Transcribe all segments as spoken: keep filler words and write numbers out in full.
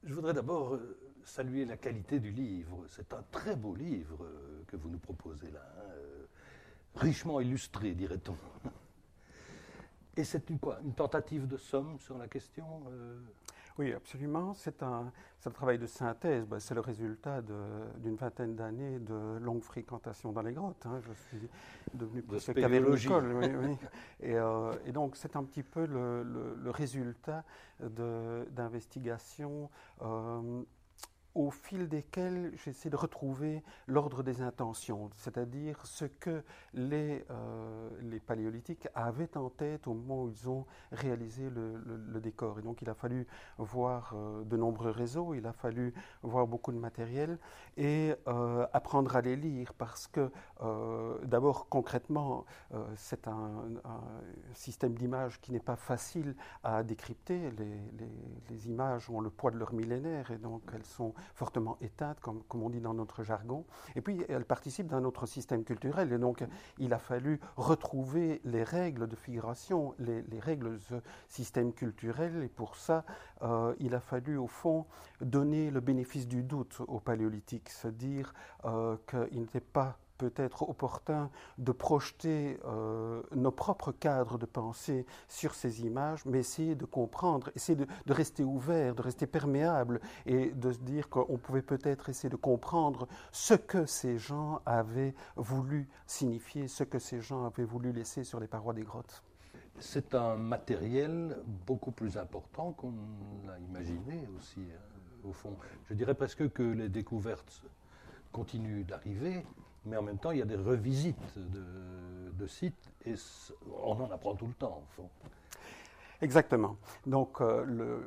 Je voudrais d'abord euh, saluer la qualité du livre. C'est un très beau livre euh, que vous nous proposez là, hein, euh, richement illustré, dirait-on. Et c'est une, quoi, une tentative de somme sur la question euh... Oui, absolument. C'est un, c'est un travail de synthèse. Ben, c'est le résultat de, d'une vingtaine d'années de longue fréquentation dans les grottes. Hein. Je suis devenu de presque spéléologie. cavernicole. Oui, oui. Et, euh, et donc, c'est un petit peu le, le, le résultat de, d'investigations. Euh, au fil desquels j'essaie de retrouver l'ordre des intentions, c'est-à-dire ce que les, euh, les paléolithiques avaient en tête au moment où ils ont réalisé le, le, le décor. Et donc il a fallu voir euh, de nombreux réseaux, il a fallu voir beaucoup de matériel et euh, apprendre à les lire parce que euh, d'abord concrètement euh, c'est un, un système d'images qui n'est pas facile à décrypter. Les, les, les images ont le poids de leur millénaire et donc elles sont fortement éteintes, comme, comme on dit dans notre jargon. Et puis, elle participe d'un autre système culturel. Et donc, il a fallu retrouver les règles de figuration, les, les règles de ce système culturel. Et pour ça, euh, il a fallu, au fond, donner le bénéfice du doute au paléolithique, se dire euh, qu'il n'était pas peut-être opportun de projeter euh, nos propres cadres de pensée sur ces images, mais essayer de comprendre, essayer de, de rester ouvert, de rester perméable et de se dire qu'on pouvait peut-être essayer de comprendre ce que ces gens avaient voulu signifier, ce que ces gens avaient voulu laisser sur les parois des grottes. C'est un matériel beaucoup plus important qu'on l'a imaginé aussi, hein, au fond. Je dirais presque que les découvertes continuent d'arriver, mais en même temps, il y a des revisites de, de sites et on en apprend tout le temps, au fond. Exactement. Donc euh, le,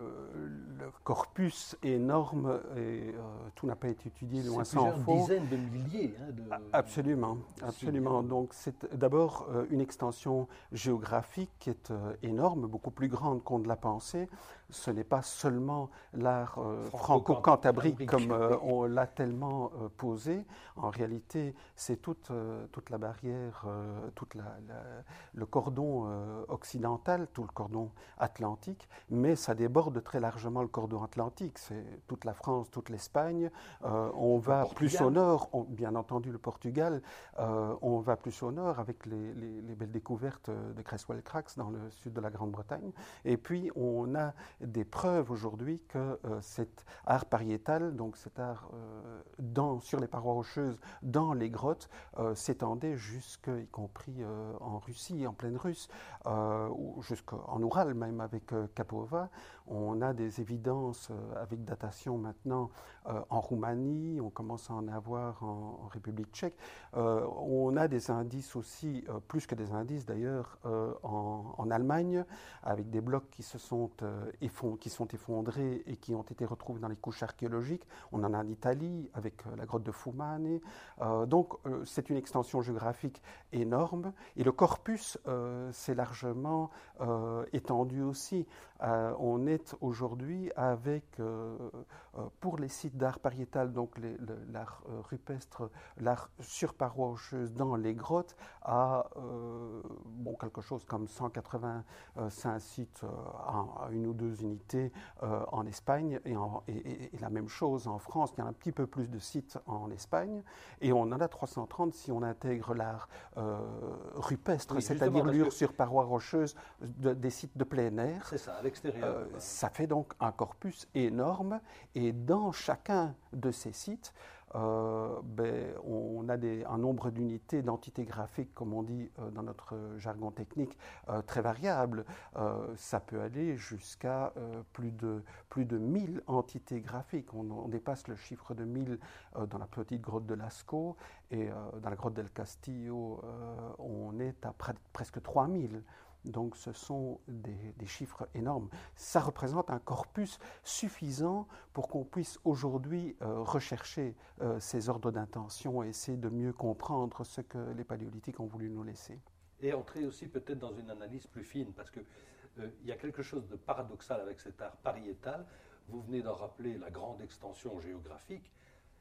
le corpus est énorme et euh, tout n'a pas été étudié loin s'en faut. C'est plusieurs dizaines de milliers. Hein, de, absolument, de absolument. Donc c'est d'abord euh, une extension géographique qui est euh, énorme, beaucoup plus grande qu'on ne l'a pensé. Ce n'est pas seulement l'art euh, franco-cantabrique comme euh, on l'a tellement euh, posé. En réalité, c'est toute, euh, toute la barrière, euh, toute la, la, le cordon euh, occidental, tout le cordon atlantique, mais ça déborde très largement le cordon atlantique. C'est toute la France, toute l'Espagne. Euh, on va plus au nord, on, bien entendu le Portugal. Euh, on va plus au nord avec les, les, les belles découvertes de Creswell-Crax dans le sud de la Grande-Bretagne. Et puis on a des preuves aujourd'hui que euh, cet art pariétal, donc cet art euh, dans, sur les parois rocheuses, dans les grottes, euh, s'étendait jusque, y compris euh, en Russie, en pleine Russe, euh, jusqu'en Oural même avec euh, Capova. On a des évidences euh, avec datation maintenant euh, en Roumanie, on commence à en avoir en, en République tchèque. Euh, on a des indices aussi, euh, plus que des indices d'ailleurs, euh, en, en Allemagne, avec des blocs qui se sont, euh, effond- qui sont effondrés et qui ont été retrouvés dans les couches archéologiques. On en a en Italie avec euh, la grotte de Fumane. Euh, donc euh, c'est une extension géographique énorme et le corpus euh, s'est largement euh, étendu aussi. Euh, on est aujourd'hui avec, euh, euh, pour les sites d'art pariétal, donc les, le, l'art euh, rupestre, l'art sur parois rocheuses dans les grottes, à euh, bon, quelque chose comme cent quatre-vingt-cinq sites euh, à, à une ou deux unités euh, en Espagne et, en, et, et, et la même chose en France. Il y a un petit peu plus de sites en Espagne et on en a trois cent trente si on intègre l'art euh, rupestre, oui, c'est-à-dire l'ur que... sur parois rocheuses de, des sites de plein air. C'est ça, à l'extérieur. Euh, ça fait donc un corpus énorme et dans chacun de ces sites, euh, ben, on a des, un nombre d'unités d'entités graphiques, comme on dit euh, dans notre jargon technique, euh, très variable. Euh, ça peut aller jusqu'à euh, plus de, plus de mille entités graphiques. On, on dépasse le chiffre de mille euh, dans la petite grotte de Lascaux et euh, dans la grotte del Castillo, euh, on est à pre- presque trois mille. Donc ce sont des, des chiffres énormes. Ça représente un corpus suffisant pour qu'on puisse aujourd'hui euh, rechercher euh, ces ordres d'intention et essayer de mieux comprendre ce que les paléolithiques ont voulu nous laisser. Et entrer aussi peut-être dans une analyse plus fine, parce qu'il euh, y a quelque chose de paradoxal avec cet art pariétal. Vous venez d'en rappeler la grande extension géographique.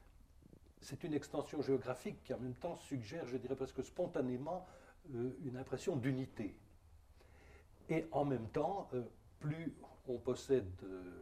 C'est une extension géographique qui en même temps suggère, je dirais presque spontanément, euh, une impression d'unité. Et en même temps, euh, plus on possède euh,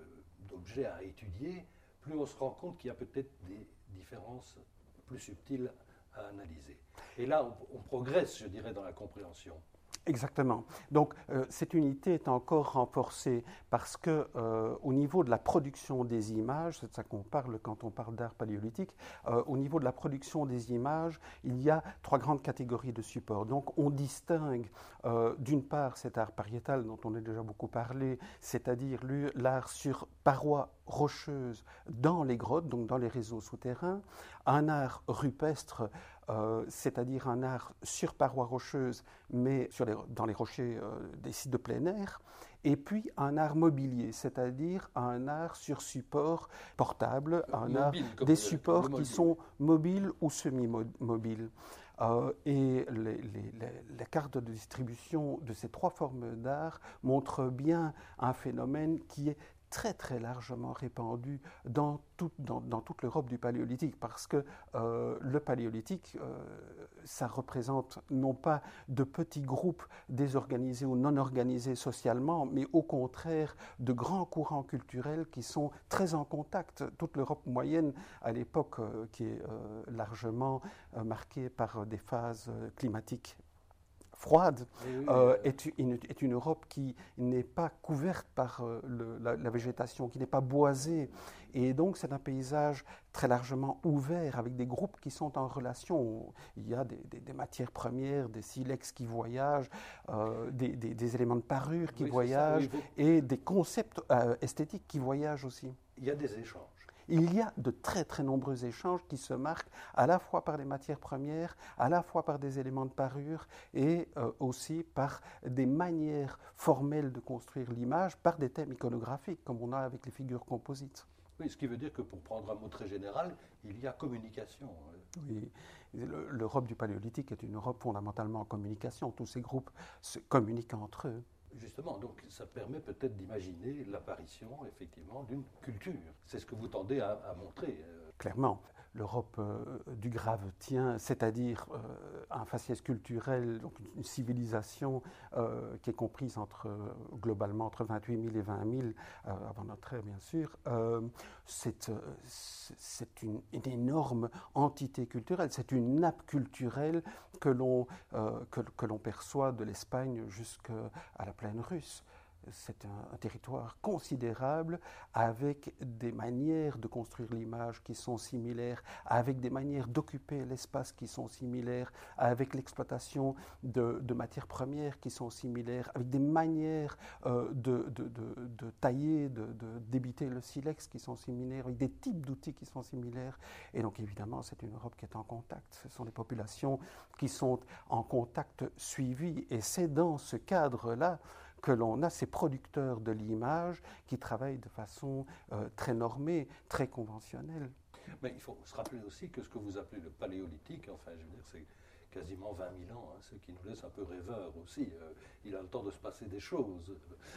d'objets à étudier, plus on se rend compte qu'il y a peut-être des différences plus subtiles à analyser. Et là, on, on progresse, je dirais, dans la compréhension. Exactement. Donc, euh, cette unité est encore renforcée parce que, euh, au niveau de la production des images, c'est de ça qu'on parle quand on parle d'art paléolithique, euh, au niveau de la production des images, il y a trois grandes catégories de supports. Donc, on distingue euh, d'une part cet art pariétal dont on a déjà beaucoup parlé, c'est-à-dire l'art sur parois rocheuses dans les grottes, donc dans les réseaux souterrains, un art rupestre, Euh, c'est-à-dire un art sur parois rocheuses, mais sur les, dans les rochers euh, des sites de plein air, et puis un art mobilier, c'est-à-dire un art sur support portable, un mobile, art des supports qui mobile. sont mobiles ou semi-mobiles. Euh, et les, les, les, la carte de distribution de ces trois formes d'art montre bien un phénomène qui est très très largement répandu dans, tout, dans, dans toute l'Europe du Paléolithique, parce que euh, le Paléolithique, euh, ça représente non pas de petits groupes désorganisés ou non organisés socialement, mais au contraire de grands courants culturels qui sont très en contact. Toute l'Europe moyenne à l'époque, euh, qui est euh, largement euh, marquée par des phases climatiques froide, oui, oui, euh, euh... Est, une, est une Europe qui n'est pas couverte par euh, le, la, la végétation, qui n'est pas boisée. Et donc c'est un paysage très largement ouvert, avec des groupes qui sont en relation. Il y a des, des, des matières premières, des silex qui voyagent, euh, des, des, des éléments de parure qui oui, voyagent, ça, oui, vous... et des concepts euh, esthétiques qui voyagent aussi. Il y a des échanges. Il y a de très très nombreux échanges qui se marquent à la fois par les matières premières, à la fois par des éléments de parure et euh, aussi par des manières formelles de construire l'image, par des thèmes iconographiques comme on a avec les figures composites. Oui, ce qui veut dire que pour prendre un mot très général, il y a communication. Oui, l'Europe du Paléolithique est une Europe fondamentalement en communication. Tous ces groupes se communiquent entre eux. Justement, donc ça permet peut-être d'imaginer l'apparition, effectivement, d'une culture. C'est ce que vous tendez à, à montrer. Clairement. L'Europe euh, du Gravetien, c'est-à-dire euh, un faciès culturel, donc une civilisation euh, qui est comprise entre, euh, globalement entre vingt-huit mille et vingt mille, euh, avant notre ère bien sûr, euh, c'est, euh, c'est une, une énorme entité culturelle, c'est une nappe culturelle que l'on, euh, que, que l'on perçoit de l'Espagne jusqu'à la plaine russe. C'est un, un territoire considérable avec des manières de construire l'image qui sont similaires, avec des manières d'occuper l'espace qui sont similaires, avec l'exploitation de, de matières premières qui sont similaires, avec des manières euh, de, de, de, de tailler, de, de débiter le silex qui sont similaires, avec des types d'outils qui sont similaires. Et donc évidemment, c'est une Europe qui est en contact. Ce sont des populations qui sont en contact suivi. Et c'est dans ce cadre-là que l'on a ces producteurs de l'image qui travaillent de façon euh, très normée, très conventionnelle. Mais il faut se rappeler aussi que ce que vous appelez le paléolithique, enfin je veux dire, c'est quasiment vingt mille ans, hein, ce qui nous laisse un peu rêveurs aussi. Euh, il a le temps de se passer des choses.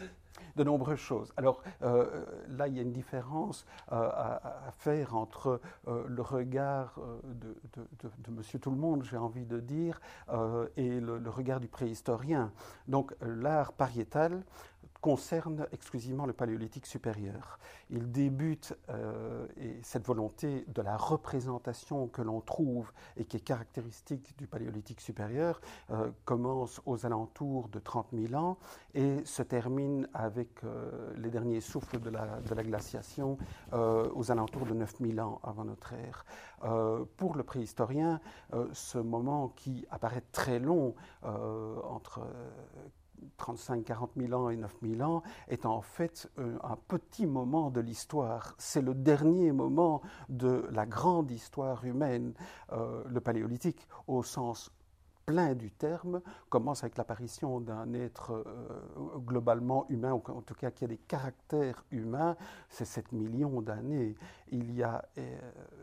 De nombreuses choses. Alors euh, là, il y a une différence euh, à, à faire entre euh, le regard euh, de, de, de, de Monsieur Tout-le-Monde, j'ai envie de dire, euh, et le, le regard du préhistorien. Donc l'art pariétal concerne exclusivement le paléolithique supérieur. Il débute, euh, et cette volonté de la représentation que l'on trouve et qui est caractéristique du paléolithique supérieur euh, commence aux alentours de trente mille ans et se termine avec euh, les derniers souffles de la, de la glaciation euh, aux alentours de neuf mille ans avant notre ère. Euh, pour le préhistorien, euh, ce moment qui apparaît très long, euh, entre trente-cinq à quarante mille ans et neuf mille ans, est en fait euh, un petit moment de l'histoire. C'est le dernier moment de la grande histoire humaine. Euh, le paléolithique, au sens plein du terme, commence avec l'apparition d'un être euh, globalement humain, ou en tout cas qui a des caractères humains. C'est sept millions d'années. Il y a euh,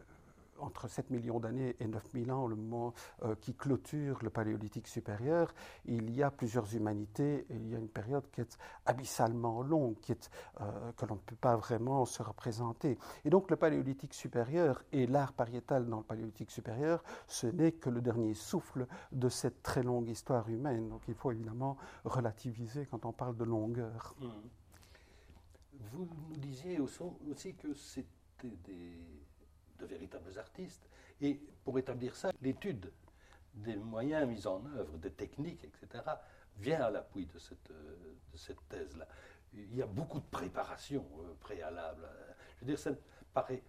entre sept millions d'années et neuf mille ans, le moment euh, qui clôture le paléolithique supérieur, il y a plusieurs humanités et il y a une période qui est abyssalement longue, qui est, euh, que l'on ne peut pas vraiment se représenter. Et donc le paléolithique supérieur et l'art pariétal dans le paléolithique supérieur, ce n'est que le dernier souffle de cette très longue histoire humaine. Donc il faut évidemment relativiser quand on parle de longueur. Mmh. vous nous disiez aussi que c'était des, de véritables artistes. Et pour établir ça, l'étude des moyens mis en œuvre, des techniques, et cetera, vient à l'appui de cette, de cette thèse-là. Il y a beaucoup de préparation euh, préalable. Je veux dire, ça paraît...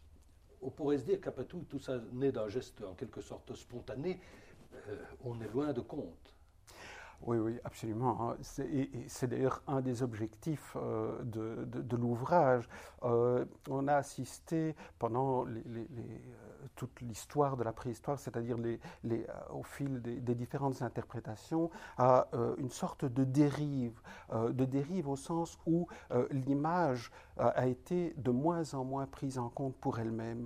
On pourrait se dire qu'après tout, tout ça naît d'un geste en quelque sorte spontané. Euh, on est loin de compte. Oui, oui, absolument. C'est, et, et c'est d'ailleurs un des objectifs euh, de, de, de l'ouvrage. Euh, on a assisté pendant les, les, les, euh, toute l'histoire de la préhistoire, c'est-à-dire les, les, euh, au fil des, des différentes interprétations, à euh, une sorte de dérive, euh, de dérive au sens où euh, l'image euh, a été de moins en moins prise en compte pour elle-même.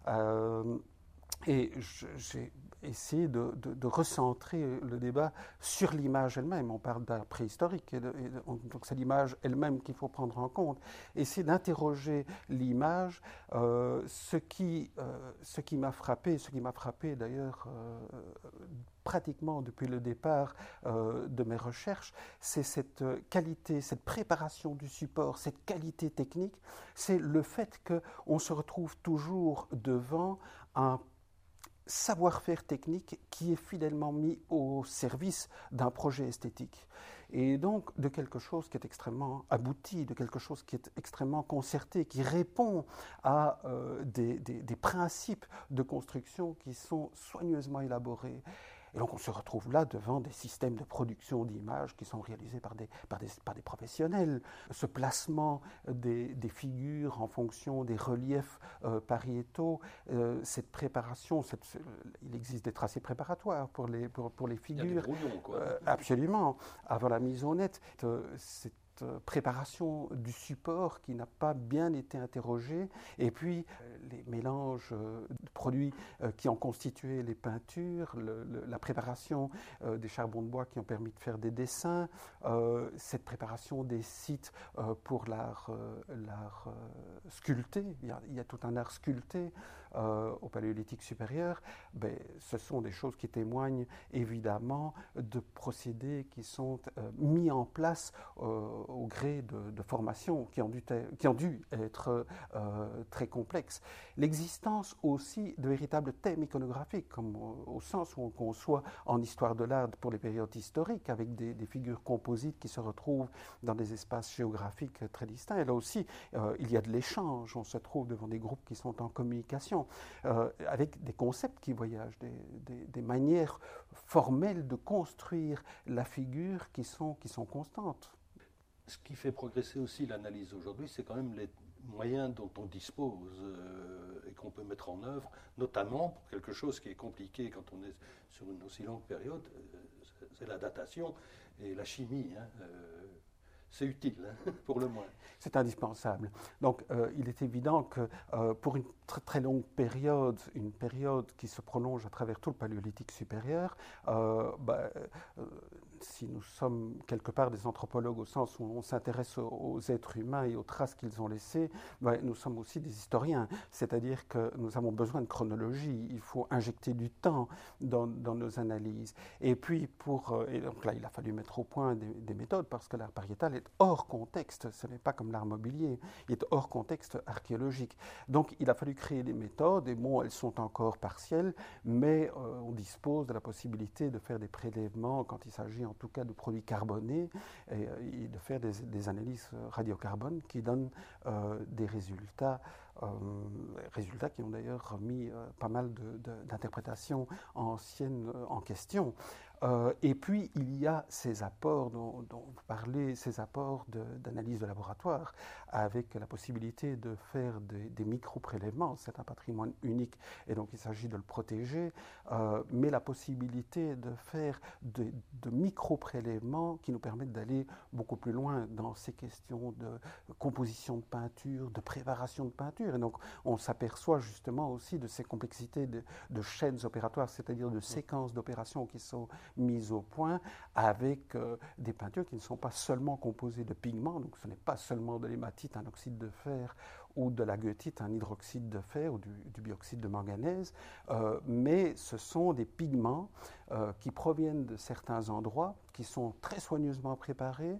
Euh, et je, j'ai essayer de, de, de recentrer le débat sur l'image elle-même. On parle d'art préhistorique, et de, et de, donc c'est l'image elle-même qu'il faut prendre en compte. Essayer d'interroger l'image. Euh, ce qui, euh, ce qui m'a frappé, ce qui m'a frappé d'ailleurs euh, pratiquement depuis le départ euh, de mes recherches, c'est cette qualité, cette préparation du support, cette qualité technique, c'est le fait qu'on se retrouve toujours devant un savoir-faire technique qui est fidèlement mis au service d'un projet esthétique. Et donc de quelque chose qui est extrêmement abouti, de quelque chose qui est extrêmement concerté, qui répond à euh, des, des, des principes de construction qui sont soigneusement élaborés. Et donc on se retrouve là devant des systèmes de production d'images qui sont réalisés par des, par des, par des professionnels. Ce placement des, des figures en fonction des reliefs euh, pariétaux, euh, cette préparation, cette, il existe des tracés préparatoires pour les, pour, pour les figures. Il y a des brouillons, quoi. Euh, absolument. Avant la mise au net, euh, c'est préparation du support qui n'a pas bien été interrogée, et puis euh, les mélanges euh, de produits euh, qui ont constitué les peintures, le, le, la préparation euh, des charbons de bois qui ont permis de faire des dessins, euh, cette préparation des sites euh, pour l'art, euh, l'art euh, sculpté, il y, a, il y a tout un art sculpté euh, au Paléolithique supérieur, ben, ce sont des choses qui témoignent évidemment de procédés qui sont euh, mis en place euh, au gré de, de formations qui ont dû, qui ont dû être euh, très complexes. L'existence aussi de véritables thèmes iconographiques, comme au, au sens où on conçoit en histoire de l'art pour les périodes historiques, avec des, des figures composites qui se retrouvent dans des espaces géographiques très distincts. Et là aussi, euh, il y a de l'échange, on se trouve devant des groupes qui sont en communication, euh, avec des concepts qui voyagent, des, des, des manières formelles de construire la figure qui sont, qui sont constantes. Ce qui fait progresser aussi l'analyse aujourd'hui, c'est quand même les moyens dont on dispose euh, et qu'on peut mettre en œuvre, notamment pour quelque chose qui est compliqué quand on est sur une aussi longue période, euh, c'est la datation et la chimie. Hein, euh, c'est utile, hein, pour le moins. C'est indispensable. Donc, euh, il est évident que euh, pour une très très longue période, une période qui se prolonge à travers tout le Paléolithique supérieur, euh, bah, euh, si nous sommes quelque part des anthropologues au sens où on s'intéresse aux, aux êtres humains et aux traces qu'ils ont laissées, bah, nous sommes aussi des historiens. C'est-à-dire que nous avons besoin de chronologie. Il faut injecter du temps dans, dans nos analyses. Et puis, pour, et donc là, il a fallu mettre au point des, des méthodes parce que l'art pariétal est hors contexte. Ce n'est pas comme l'art mobilier. Il est hors contexte archéologique. Donc, il a fallu créer des méthodes. Et bon, elles sont encore partielles, mais euh, on dispose de la possibilité de faire des prélèvements quand il s'agit en tout cas de produits carbonés et, et de faire des, des analyses radiocarbone qui donnent euh, des résultats, euh, résultats qui ont d'ailleurs mis euh, pas mal de, de, d'interprétations anciennes euh, en question. Euh, et puis, il y a ces apports dont, dont vous parlez, ces apports de, d'analyse de laboratoire, avec la possibilité de faire des, des micro-prélèvements. C'est un patrimoine unique, et donc il s'agit de le protéger, euh, mais la possibilité de faire de, de micro-prélèvements qui nous permettent d'aller beaucoup plus loin dans ces questions de composition de peinture, de préparation de peinture. Et donc, on s'aperçoit justement aussi de ces complexités de, de chaînes opératoires, c'est-à-dire de séquences d'opérations qui sont mises au point avec euh, des peintures qui ne sont pas seulement composées de pigments, donc ce n'est pas seulement de l'hématite, un oxyde de fer, ou de la goethite, un hydroxyde de fer, ou du, du bioxyde de manganèse, euh, mais ce sont des pigments euh, qui proviennent de certains endroits, qui sont très soigneusement préparés,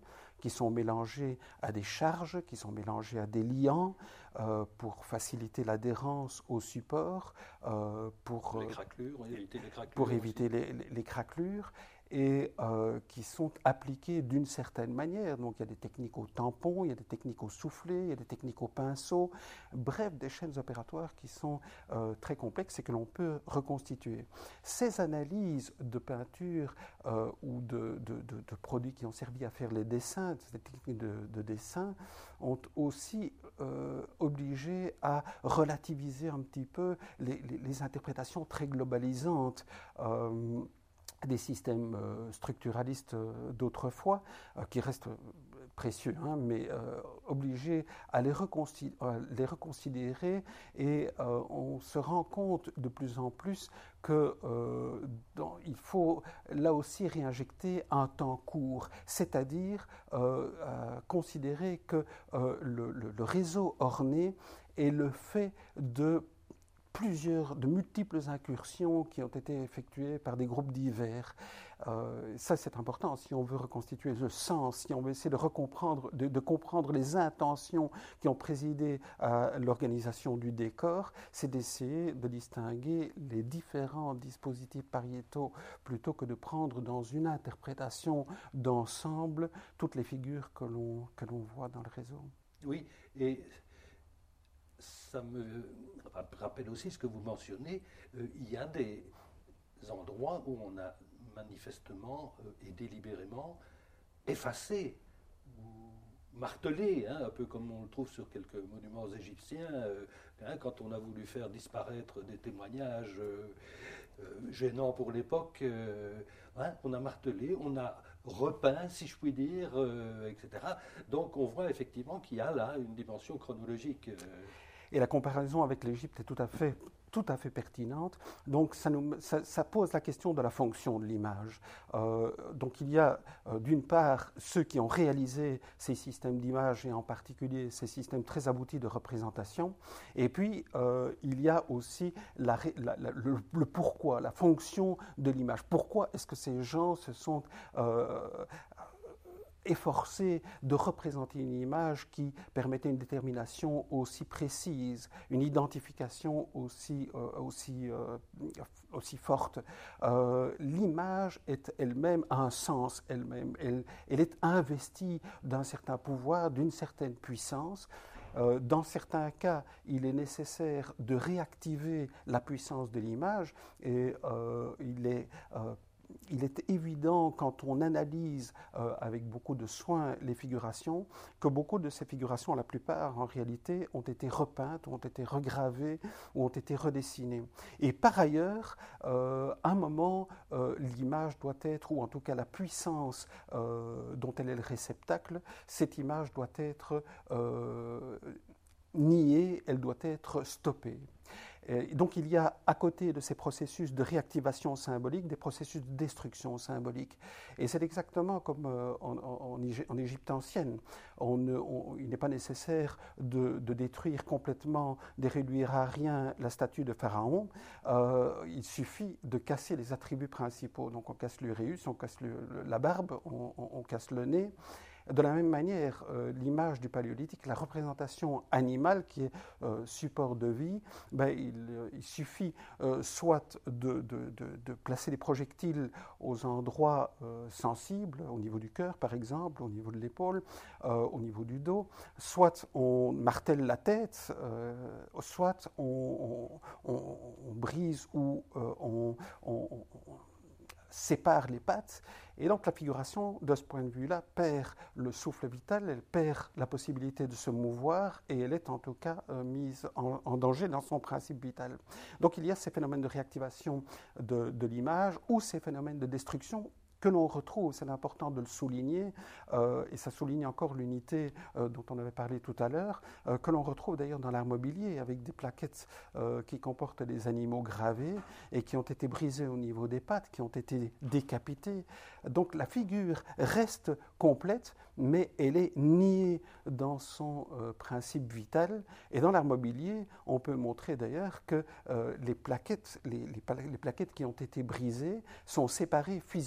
qui sont mélangés à des charges, qui sont mélangés à des liants euh, pour faciliter l'adhérence au support, euh, pour, les craquelures, éviter les craquelures pour éviter les, les, les craquelures, et euh, qui sont appliquées d'une certaine manière. Donc il y a des techniques au tampon, il y a des techniques au soufflet, il y a des techniques au pinceau, bref, des chaînes opératoires qui sont euh, très complexes et que l'on peut reconstituer. Ces analyses de peinture euh, ou de, de, de, de produits qui ont servi à faire les dessins, ces techniques de, de dessin, ont aussi euh, obligé à relativiser un petit peu les, les, les interprétations très globalisantes euh, des systèmes euh, structuralistes euh, d'autrefois, euh, qui restent euh, précieux, hein, mais euh, obligés à les, reconsi à les reconsidérer, et euh, on se rend compte de plus en plus que euh, dans, il faut là aussi réinjecter un temps court, c'est-à-dire euh, à considérer que euh, le, le, le réseau orné est le fait de plusieurs, de multiples incursions qui ont été effectuées par des groupes divers. Euh, ça, c'est important si on veut reconstituer le sens, si on veut essayer de recomprendre, de, de comprendre les intentions qui ont présidé à l'organisation du décor, c'est d'essayer de distinguer les différents dispositifs pariétaux plutôt que de prendre dans une interprétation d'ensemble toutes les figures que l'on que l'on voit dans le réseau. Oui, et ça me rappelle aussi ce que vous mentionnez. Euh, il y a des endroits où on a manifestement euh, et délibérément effacé ou martelé, hein, un peu comme on le trouve sur quelques monuments égyptiens, euh, hein, quand on a voulu faire disparaître des témoignages euh, euh, gênants pour l'époque, euh, hein, on a martelé, on a repeint, si je puis dire, euh, et cetera. Donc on voit effectivement qu'il y a là une dimension chronologique. Euh, Et la comparaison avec l'Égypte est tout à fait, tout à fait pertinente. Donc ça, nous, ça, ça pose la question de la fonction de l'image. Euh, donc il y a euh, d'une part ceux qui ont réalisé ces systèmes d'image, et en particulier ces systèmes très aboutis de représentation. Et puis euh, il y a aussi la, la, la, le, le pourquoi, la fonction de l'image. Pourquoi est-ce que ces gens se sont euh, efforcé de représenter une image qui permettait une détermination aussi précise, une identification aussi, euh, aussi, euh, aussi forte. Euh, l'image est elle-même un sens elle-même. Elle, elle est investie d'un certain pouvoir, d'une certaine puissance. Euh, dans certains cas, il est nécessaire de réactiver la puissance de l'image, et euh, il est euh, Il est évident, quand on analyse euh, avec beaucoup de soin les figurations, que beaucoup de ces figurations, la plupart en réalité, ont été repeintes, ont été regravées, ou ont été redessinées. Et par ailleurs, euh, à un moment, euh, l'image doit être, ou en tout cas la puissance euh, dont elle est le réceptacle, cette image doit être euh, niée, elle doit être stoppée. Et donc il y a à côté de ces processus de réactivation symbolique des processus de destruction symbolique. Et c'est exactement comme euh, en, en, en Égypte ancienne. On ne, on, il n'est pas nécessaire de, de détruire complètement, de réduire à rien la statue de Pharaon. Euh, il suffit de casser les attributs principaux. Donc on casse l'uréus, on casse le, la barbe, on, on, on casse le nez. De la même manière, euh, l'image du paléolithique, la représentation animale qui est euh, support de vie, ben, il, euh, il suffit euh, soit de, de, de, de placer des projectiles aux endroits euh, sensibles, au niveau du cœur par exemple, au niveau de l'épaule, euh, au niveau du dos, soit on martèle la tête, euh, soit on, on, on, on brise ou euh, on, on, on sépare les pattes. Et donc la figuration, de ce point de vue-là, perd le souffle vital, elle perd la possibilité de se mouvoir, et elle est en tout cas euh, mise en, en danger dans son principe vital. Donc il y a ces phénomènes de réactivation de, de l'image, ou ces phénomènes de destruction que l'on retrouve, c'est important de le souligner, euh, et ça souligne encore l'unité euh, dont on avait parlé tout à l'heure, euh, que l'on retrouve d'ailleurs dans l'art mobilier, avec des plaquettes euh, qui comportent des animaux gravés et qui ont été brisés au niveau des pattes, qui ont été décapités. Donc la figure reste complète, mais elle est niée dans son euh, principe vital. Et dans l'art mobilier, on peut montrer d'ailleurs que euh, les plaquettes, les, les, les plaquettes qui ont été brisées sont séparées physiquement en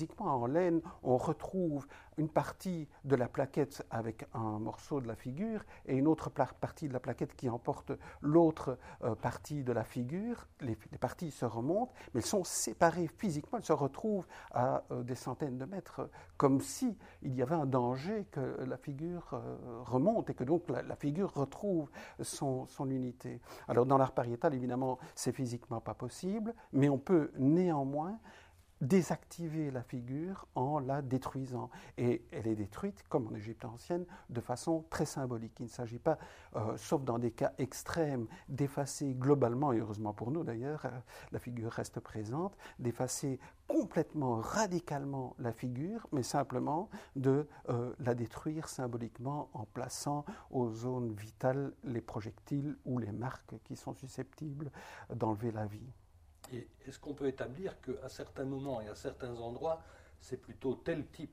en laine, on retrouve une partie de la plaquette avec un morceau de la figure et une autre partie de la plaquette qui emporte l'autre euh, partie de la figure. Les, les parties se remontent, mais elles sont séparées physiquement, elles se retrouvent à euh, des centaines de mètres, comme si il y avait un danger que la figure euh, remonte et que donc la, la figure retrouve son, son unité. Alors dans l'art pariétal, évidemment, c'est physiquement pas possible, mais on peut néanmoins désactiver la figure en la détruisant. Et elle est détruite, comme en Égypte ancienne, de façon très symbolique. Il ne s'agit pas, euh, sauf dans des cas extrêmes, d'effacer globalement, et heureusement pour nous d'ailleurs, euh, la figure reste présente, d'effacer complètement, radicalement la figure, mais simplement de euh, la détruire symboliquement en plaçant aux zones vitales les projectiles ou les marques qui sont susceptibles d'enlever la vie. Et est-ce qu'on peut établir qu'à certains moments et à certains endroits, c'est plutôt tel type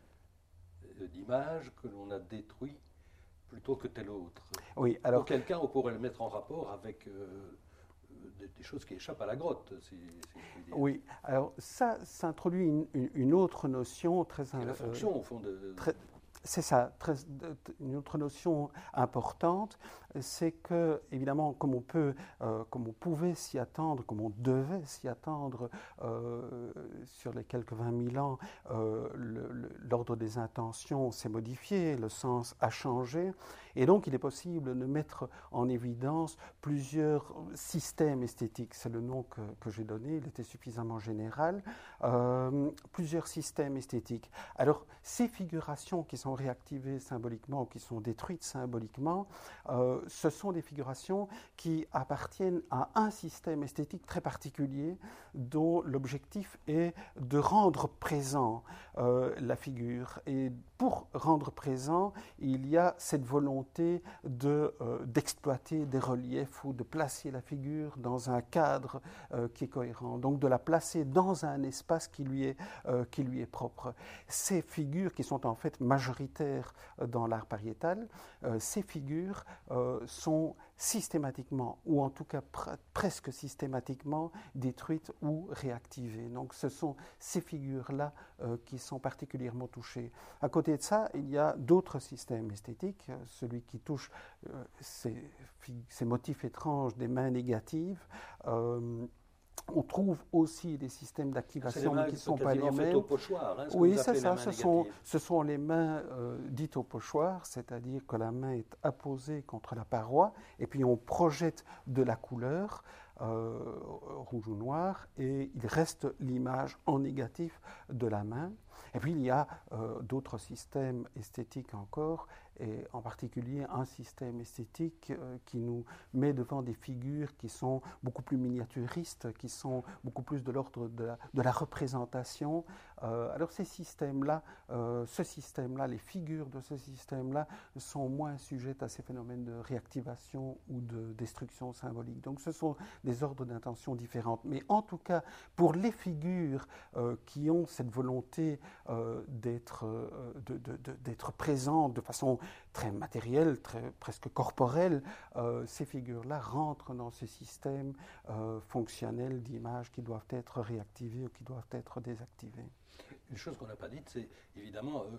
d'image que l'on a détruit plutôt que tel autre? Oui, alors... Auquel cas, on pourrait le mettre en rapport avec euh, des, des choses qui échappent à la grotte, si, si je puis dire. Oui, alors ça, ça introduit une, une, une autre notion très... Et la fonction, euh, au fond, de... Très, c'est ça, très, une autre notion importante, c'est que, évidemment, comme on peut, euh, comme on pouvait s'y attendre, comme on devait s'y attendre euh, sur les quelques vingt mille ans, euh, le, le, l'ordre des intentions s'est modifié, le sens a changé, et donc il est possible de mettre en évidence plusieurs systèmes esthétiques. C'est le nom que, que j'ai donné, il était suffisamment général. Euh, plusieurs systèmes esthétiques. Alors, ces figurations qui sont réactivées symboliquement ou qui sont détruites symboliquement, euh, ce sont des figurations qui appartiennent à un système esthétique très particulier dont l'objectif est de rendre présent euh, la figure. Et pour rendre présent, il y a cette volonté de, euh, d'exploiter des reliefs ou de placer la figure dans un cadre euh, qui est cohérent, donc de la placer dans un espace qui lui est, euh, qui lui est propre. Ces figures qui sont en fait majoritaires dans l'art pariétal, euh, ces figures euh, sont systématiquement, ou en tout cas pr- presque systématiquement, détruites ou réactivées. Donc ce sont ces figures-là euh, qui sont particulièrement touchées. À côté de ça, il y a d'autres systèmes esthétiques, celui qui touche euh, ces, ces motifs étranges des mains négatives. Euh, On trouve aussi des systèmes d'activation mais qui ne sont pas les mêmes. Au pochoir, hein, oui, c'est ça. Ce sont, ce sont les mains euh, dites au pochoir, c'est-à-dire que la main est apposée contre la paroi et puis on projette de la couleur euh, rouge ou noir et il reste l'image en négatif de la main. Et puis il y a euh, d'autres systèmes esthétiques encore, et en particulier un système esthétique euh, qui nous met devant des figures qui sont beaucoup plus miniaturistes, qui sont beaucoup plus de l'ordre de la, de la représentation. Euh, alors ces systèmes-là, euh, ce système-là, les figures de ce système-là sont moins sujettes à ces phénomènes de réactivation ou de destruction symbolique. Donc ce sont des ordres d'intention différentes. Mais en tout cas, pour les figures euh, qui ont cette volonté euh, d'être, euh, de, de, de, d'être présentes de façon très matérielle, très, presque corporelle, euh, ces figures-là rentrent dans ces systèmes euh, fonctionnels d'images qui doivent être réactivés ou qui doivent être désactivés. Une chose qu'on n'a pas dite, c'est évidemment euh,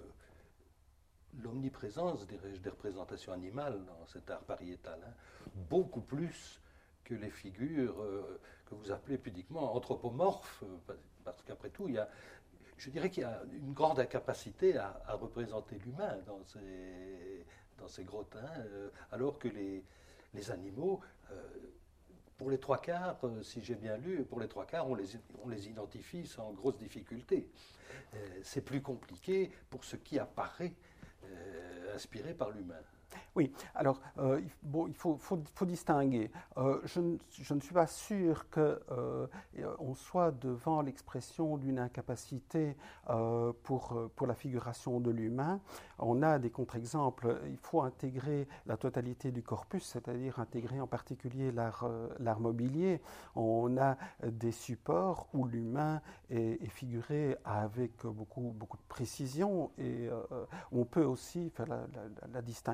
l'omniprésence des, des représentations animales dans cet art pariétal, hein, beaucoup plus que les figures euh, que vous appelez pudiquement anthropomorphes, euh, parce qu'après tout, il y a, je dirais qu'il y a une grande incapacité à, à représenter l'humain dans ces, dans ces grottes, hein, euh, alors que les, les animaux, euh, pour les trois quarts, euh, si j'ai bien lu, pour les trois quarts, on les, on les identifie sans grosse difficulté. Euh, c'est plus compliqué pour ce qui apparaît euh, inspiré par l'humain. Oui, alors, euh, bon, il faut, faut, faut distinguer. Euh, je, ne, je ne suis pas sûr qu'on euh, soit devant l'expression d'une incapacité euh, pour, pour la figuration de l'humain. On a des contre-exemples. Il faut intégrer la totalité du corpus, c'est-à-dire intégrer en particulier l'art, euh, l'art mobilier. On a des supports où l'humain est, est figuré avec beaucoup, beaucoup de précision et euh, on peut aussi faire la, la, la distinction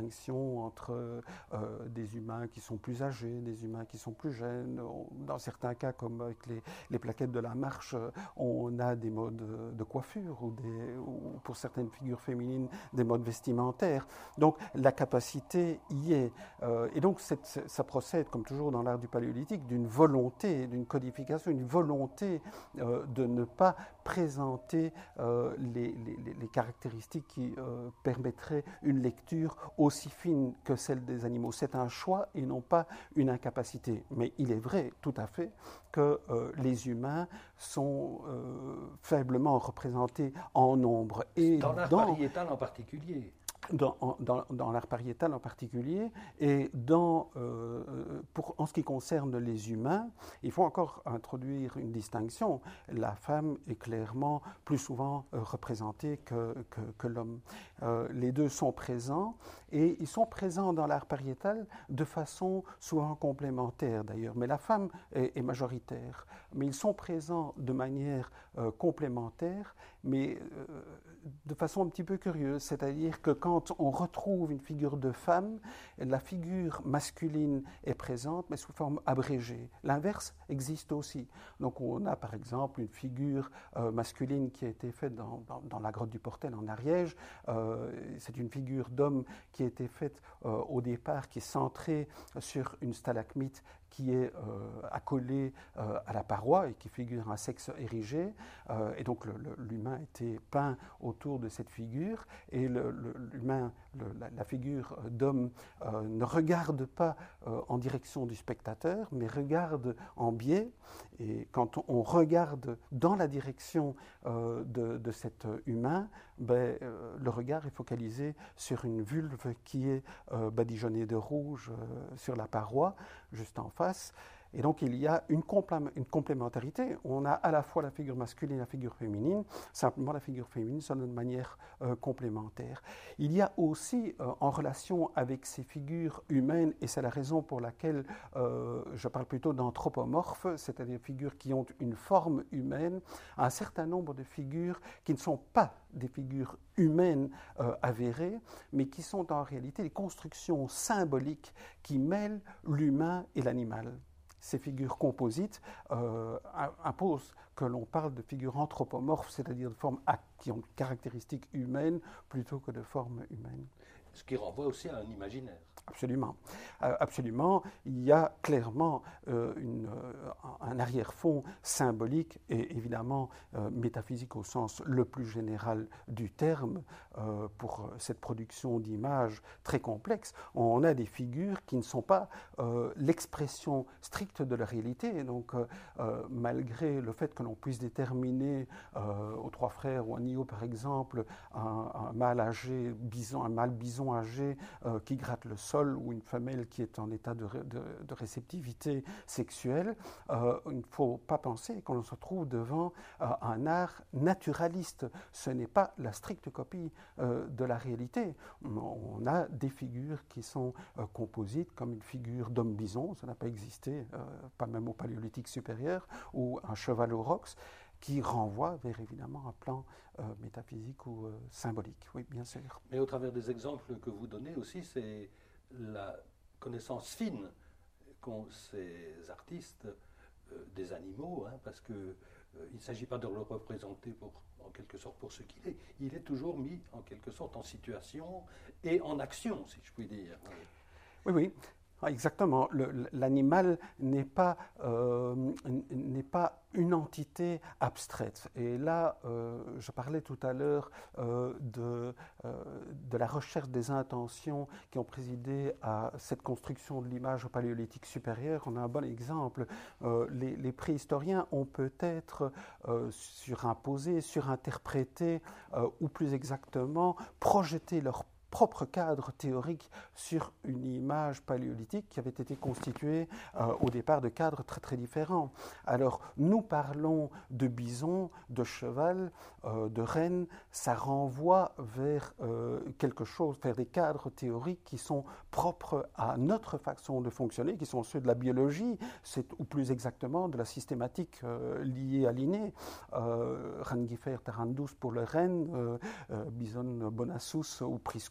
distinction entre euh, des humains qui sont plus âgés, des humains qui sont plus jeunes. Dans certains cas, comme avec les, les plaquettes de la marche, on a des modes de coiffure ou, des, ou pour certaines figures féminines, des modes vestimentaires. Donc la capacité y est. Euh, et donc cette, ça procède, comme toujours dans l'art du paléolithique, d'une volonté, d'une codification, une volonté euh, de ne pas présenter euh, les, les, les caractéristiques qui euh, permettraient une lecture aussi fine que celle des animaux. C'est un choix et non pas une incapacité. Mais il est vrai, tout à fait, que euh, les humains sont euh, faiblement représentés en nombre. Et dans l'art pariétal en particulier. Dans, dans, dans l'art pariétal en particulier, et dans, euh, pour, en ce qui concerne les humains, il faut encore introduire une distinction. La femme est clairement plus souvent euh, représentée que, que, que l'homme. Euh, les deux sont présents, et ils sont présents dans l'art pariétal de façon souvent complémentaire d'ailleurs, mais la femme est, est majoritaire. Mais ils sont présents de manière euh, complémentaire, mais euh, de façon un petit peu curieuse, c'est-à-dire que quand on retrouve une figure de femme, la figure masculine est présente, mais sous forme abrégée. L'inverse existe aussi. Donc on a par exemple une figure euh, masculine qui a été faite dans, dans, dans la grotte du Portel en Ariège. Euh, c'est une figure d'homme qui a été faite euh, au départ, qui est centrée sur une stalagmite qui est euh, accolé euh, à la paroi et qui figure un sexe érigé. Euh, et donc le, le, l'humain était peint autour de cette figure, et le, le, l'humain, le, la, la figure d'homme euh, ne regarde pas euh, en direction du spectateur, mais regarde en biais. Et quand on regarde dans la direction euh, de, de cet humain, ben, euh, le regard est focalisé sur une vulve qui est euh, badigeonnée de rouge euh, sur la paroi, juste en face. Et donc il y a une, complé- une complémentarité. On a à la fois la figure masculine et la figure féminine, simplement la figure féminine sonne de manière euh, complémentaire. Il y a aussi, euh, en relation avec ces figures humaines, et c'est la raison pour laquelle euh, je parle plutôt d'anthropomorphes, c'est-à-dire figures qui ont une forme humaine, un certain nombre de figures qui ne sont pas des figures humaines euh, avérées, mais qui sont en réalité des constructions symboliques qui mêlent l'humain et l'animal. Ces figures composites euh, imposent que l'on parle de figures anthropomorphes, c'est-à-dire de formes qui ont des caractéristiques humaines plutôt que de formes humaines. Ce qui renvoie aussi à un imaginaire. Absolument. Euh, absolument. Il y a clairement euh, une, euh, un arrière-fond symbolique et évidemment euh, métaphysique au sens le plus général du terme euh, pour cette production d'images très complexe. On a des figures qui ne sont pas euh, l'expression stricte de la réalité. Donc, euh, euh, malgré le fait que l'on puisse déterminer euh, aux trois frères ou à Nio, par exemple, un, un mâle âgé, bison, un mâle bison âgé euh, qui gratte le sol, ou une femelle qui est en état de, de, de réceptivité sexuelle, euh, il ne faut pas penser qu'on se trouve devant euh, un art naturaliste. Ce n'est pas la stricte copie euh, de la réalité. On a des figures qui sont euh, composites, comme une figure d'homme bison, ça n'a pas existé, euh, pas même au paléolithique supérieur, ou un cheval au rox, qui renvoie vers évidemment un plan euh, métaphysique ou euh, symbolique. Oui, bien sûr. Mais au travers des exemples que vous donnez aussi, c'est la connaissance fine qu'ont ces artistes euh, des animaux, hein, parce qu'il euh, ne s'agit pas de le représenter pour, en quelque sorte pour ce qu'il est. Il est toujours mis en quelque sorte en situation et en action, si je puis dire. Oui, oui. Exactement. Le, l'animal n'est pas, euh, n'est pas une entité abstraite. Et là, euh, je parlais tout à l'heure euh, de, euh, de la recherche des intentions qui ont présidé à cette construction de l'image au paléolithique supérieur. On a un bon exemple. Euh, les, les préhistoriens ont peut-être euh, surimposé, surinterprété, euh, ou plus exactement, projeté leur propre cadre théorique sur une image paléolithique qui avait été constituée euh, au départ de cadres très très différents. Alors nous parlons de bison, de cheval, euh, de renne, ça renvoie vers euh, quelque chose, vers des cadres théoriques qui sont propres à notre façon de fonctionner, qui sont ceux de la biologie, c'est, ou plus exactement de la systématique euh, liée à l'inné. Euh, Rangifer tarandus pour le renne, euh, euh, Bison bonassus ou priscus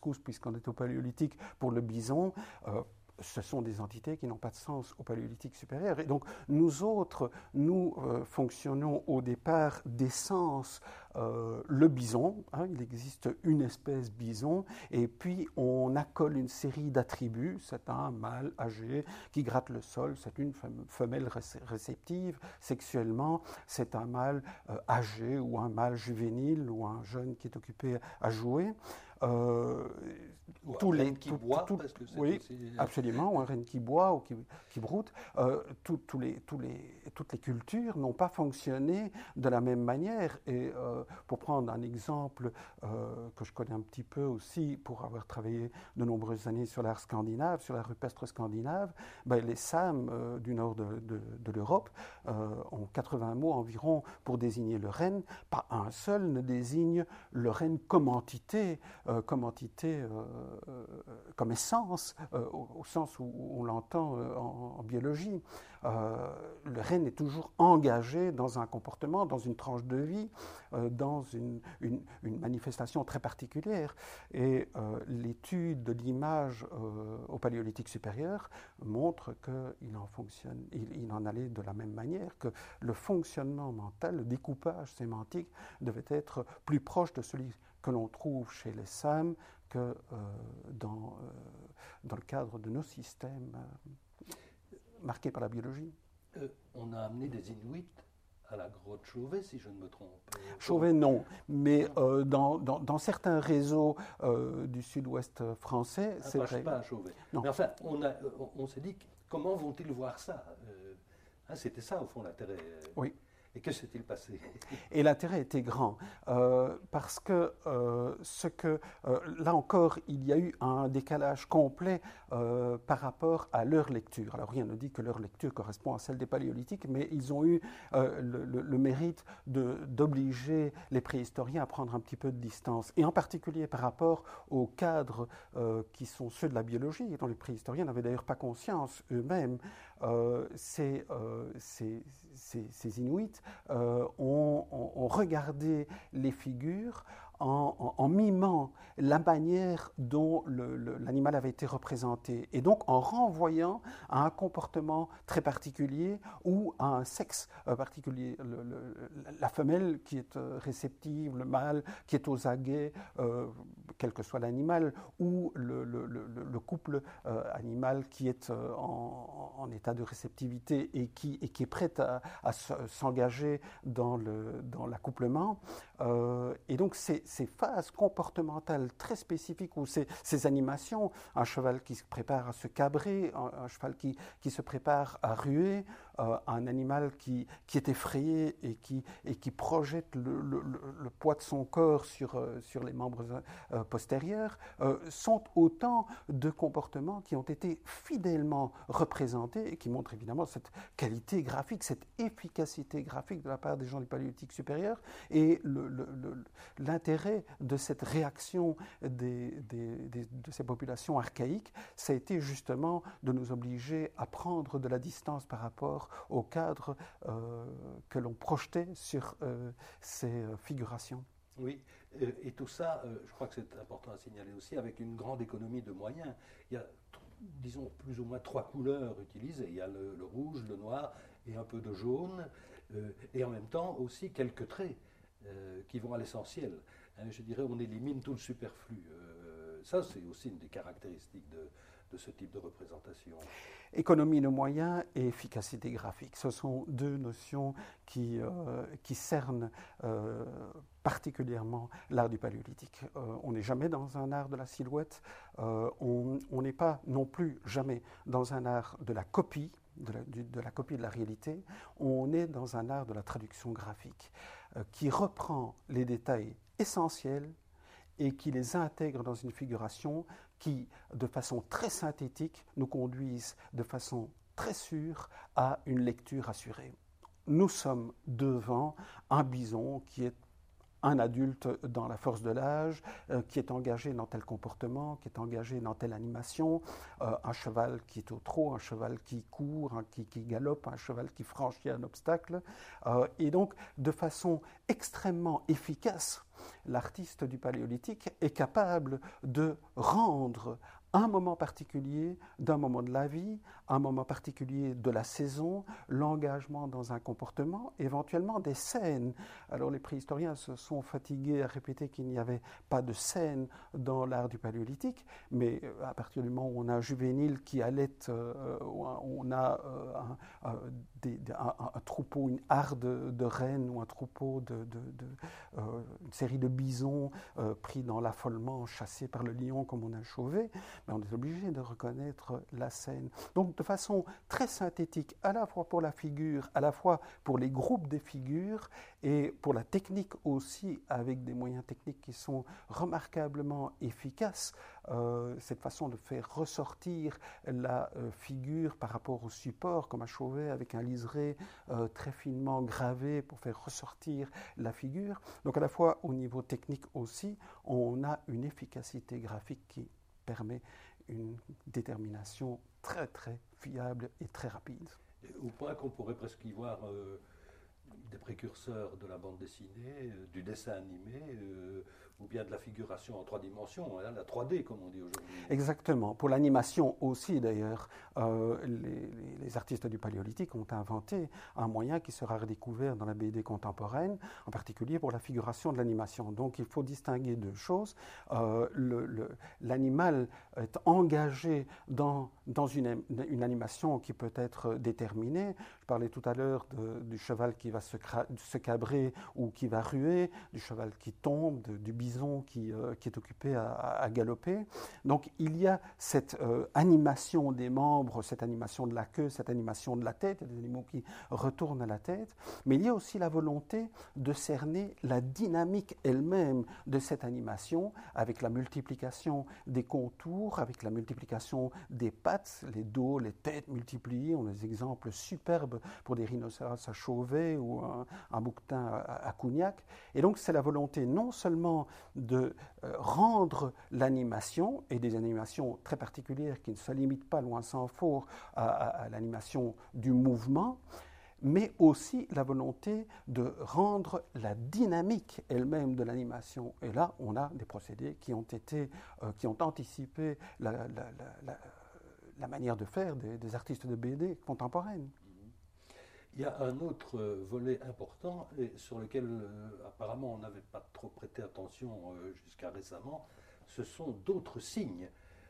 trousse, puisqu'on est au paléolithique, pour le bison, euh, ce sont des entités qui n'ont pas de sens au paléolithique supérieur. Et donc, nous autres, nous euh, fonctionnons au départ d'essence euh, le bison. Hein, il existe une espèce bison, et puis on accole une série d'attributs. C'est un mâle âgé qui gratte le sol, c'est une femelle réceptive sexuellement, c'est un mâle euh, âgé ou un mâle juvénile ou un jeune qui est occupé à jouer. Euh, ou tous un les renne qui tout, boit, tout, parce que c'est oui, aussi... absolument, ou un renne qui boit ou qui, qui broute. Euh, tout, tout les, tout les, toutes les cultures n'ont pas fonctionné de la même manière. Et euh, pour prendre un exemple euh, que je connais un petit peu aussi, pour avoir travaillé de nombreuses années sur l'art scandinave, sur la rupestre scandinave, ben, les Sâmes euh, du nord de, de, de l'Europe euh, ont quatre-vingts mots environ pour désigner le renne. Pas un seul ne désigne le renne comme entité, euh, comme entité, euh, euh, comme essence, euh, au, au sens où on l'entend euh, en, en biologie. Euh, le renne est toujours engagé dans un comportement, dans une tranche de vie, euh, dans une, une, une manifestation très particulière. Et euh, l'étude de l'image euh, au paléolithique supérieur montre qu'il en fonctionne, il, il en allait de la même manière, que le fonctionnement mental, le découpage sémantique devait être plus proche de celui que l'on trouve chez les Sâmes que euh, dans, euh, dans le cadre de nos systèmes euh, marqués par la biologie. Euh, on a amené des Inuits à la grotte Chauvet, si je ne me trompe. Chauvet, non, mais euh, dans, dans, dans certains réseaux euh, du sud-ouest français, ah, c'est pas, vrai. Pas à Chauvet. Non. Mais enfin, on, a, on, on s'est dit, comment vont-ils voir ça euh, hein, c'était ça, au fond, l'intérêt. Oui. Et que s'est-il passé? Et l'intérêt était grand, euh, parce que, euh, ce que euh, là encore, il y a eu un décalage complet euh, par rapport à leur lecture. Alors rien ne dit que leur lecture correspond à celle des paléolithiques, mais ils ont eu euh, le, le, le mérite de, d'obliger les préhistoriens à prendre un petit peu de distance, et en particulier par rapport aux cadres euh, qui sont ceux de la biologie, dont les préhistoriens n'avaient d'ailleurs pas conscience eux-mêmes. Euh, ces, euh, ces, ces, ces Inuits euh, ont, ont, ont regardé les figures en, en, en mimant la manière dont le, le, l'animal avait été représenté, et donc en renvoyant à un comportement très particulier ou à un sexe particulier. Le, le, la femelle qui est réceptive, le mâle qui est aux aguets, euh, quel que soit l'animal, ou le, le, le couple euh, animal qui est euh, en, en état de réceptivité et qui, et qui est prêt à, à s'engager dans, le, dans l'accouplement. Euh, et donc ces, ces phases comportementales très spécifiques, ou ces, ces animations, un cheval qui se prépare à se cabrer, un, un cheval qui, qui se prépare à ruer, euh, un animal qui, qui est effrayé et qui, et qui projette le, le, le poids de son corps sur, euh, sur les membres euh, postérieurs, euh, sont autant de comportements qui ont été fidèlement représentés et qui montrent évidemment cette qualité graphique, cette efficacité graphique de la part des gens du paléolithique supérieur, et le, le, le, l'intérêt de cette réaction des, des, des, de ces populations archaïques, ça a été justement de nous obliger à prendre de la distance par rapport au cadre euh, que l'on projetait sur euh, ces figurations. Oui, et tout ça, je crois que c'est important à signaler aussi, avec une grande économie de moyens. Il y a, disons, plus ou moins trois couleurs utilisées. Il y a le, le rouge, le noir et un peu de jaune, euh, et en même temps aussi quelques traits euh, qui vont à l'essentiel. Hein, je dirais, on élimine tout le superflu. Euh, ça, c'est aussi une des caractéristiques de, de ce type de représentation. Économie de moyens et efficacité graphique, ce sont deux notions qui, euh, qui cernent euh, particulièrement l'art du paléolithique. Euh, on n'est jamais dans un art de la silhouette, euh, on n'est pas non plus jamais dans un art de la copie, de la, du, de la copie de la réalité, on est dans un art de la traduction graphique, euh, qui reprend les détails essentiels et qui les intègre dans une figuration qui, de façon très synthétique, nous conduisent de façon très sûre à une lecture assurée. Nous sommes devant un bison qui est un adulte dans la force de l'âge euh, qui est engagé dans tel comportement, qui est engagé dans telle animation, euh, un cheval qui est au trot, un cheval qui court, un qui, qui galope, un cheval qui franchit un obstacle. Euh, et donc, de façon extrêmement efficace, l'artiste du Paléolithique est capable de rendre un moment particulier d'un moment de la vie, un moment particulier de la saison, l'engagement dans un comportement, éventuellement des scènes. Alors les préhistoriens se sont fatigués à répéter qu'il n'y avait pas de scènes dans l'art du Paléolithique, mais à partir du moment où on a un juvénile qui allait, euh, on a euh, un, un, des, un, un troupeau, une harde de rennes ou un troupeau de, de, de euh, une série de bisons euh, pris dans l'affolement, chassés par le lion comme on a chauvé, mais on est obligé de reconnaître la scène. Donc de façon très synthétique, à la fois pour la figure, à la fois pour les groupes des figures et pour la technique aussi, avec des moyens techniques qui sont remarquablement efficaces, euh, cette façon de faire ressortir la euh, figure par rapport au support, comme à Chauvet, avec un liseré euh, très finement gravé pour faire ressortir la figure. Donc à la fois au niveau technique aussi, on a une efficacité graphique qui permet une détermination très très fiable et très rapide. Et au point qu'on pourrait presque y voir euh, des précurseurs de la bande dessinée, euh, du dessin animé, euh, ou bien de la figuration en trois dimensions, hein, la trois D comme on dit aujourd'hui. Exactement. Pour l'animation aussi d'ailleurs, euh, les, les artistes du Paléolithique ont inventé un moyen qui sera redécouvert dans la B D contemporaine, en particulier pour la figuration de l'animation. Donc il faut distinguer deux choses. Euh, le, le, l'animal est engagé dans, dans une, une animation qui peut être déterminée. Je parlais tout à l'heure de, du cheval qui va se, cra- se cabrer ou qui va ruer, du cheval qui tombe, de, du bison Qui, euh, qui est occupé à, à galoper. Donc il y a cette euh, animation des membres, cette animation de la queue, cette animation de la tête, il y a des animaux qui retournent à la tête, mais il y a aussi la volonté de cerner la dynamique elle-même de cette animation avec la multiplication des contours, avec la multiplication des pattes, les dos, les têtes multipliées. On a des exemples superbes pour des rhinocéros à Chauvet ou un, un bouquetin à, à Cougnac. Et donc c'est la volonté non seulement de euh, rendre l'animation, et des animations très particulières qui ne se limitent pas, loin s'en faut, à, à, à l'animation du mouvement, mais aussi la volonté de rendre la dynamique elle-même de l'animation. Et là, on a des procédés qui ont été, euh, qui ont anticipé la, la, la, la, la manière de faire des, des artistes de B D contemporaines. Il y a un autre volet important et sur lequel euh, apparemment on n'avait pas trop prêté attention euh, jusqu'à récemment, ce sont d'autres signes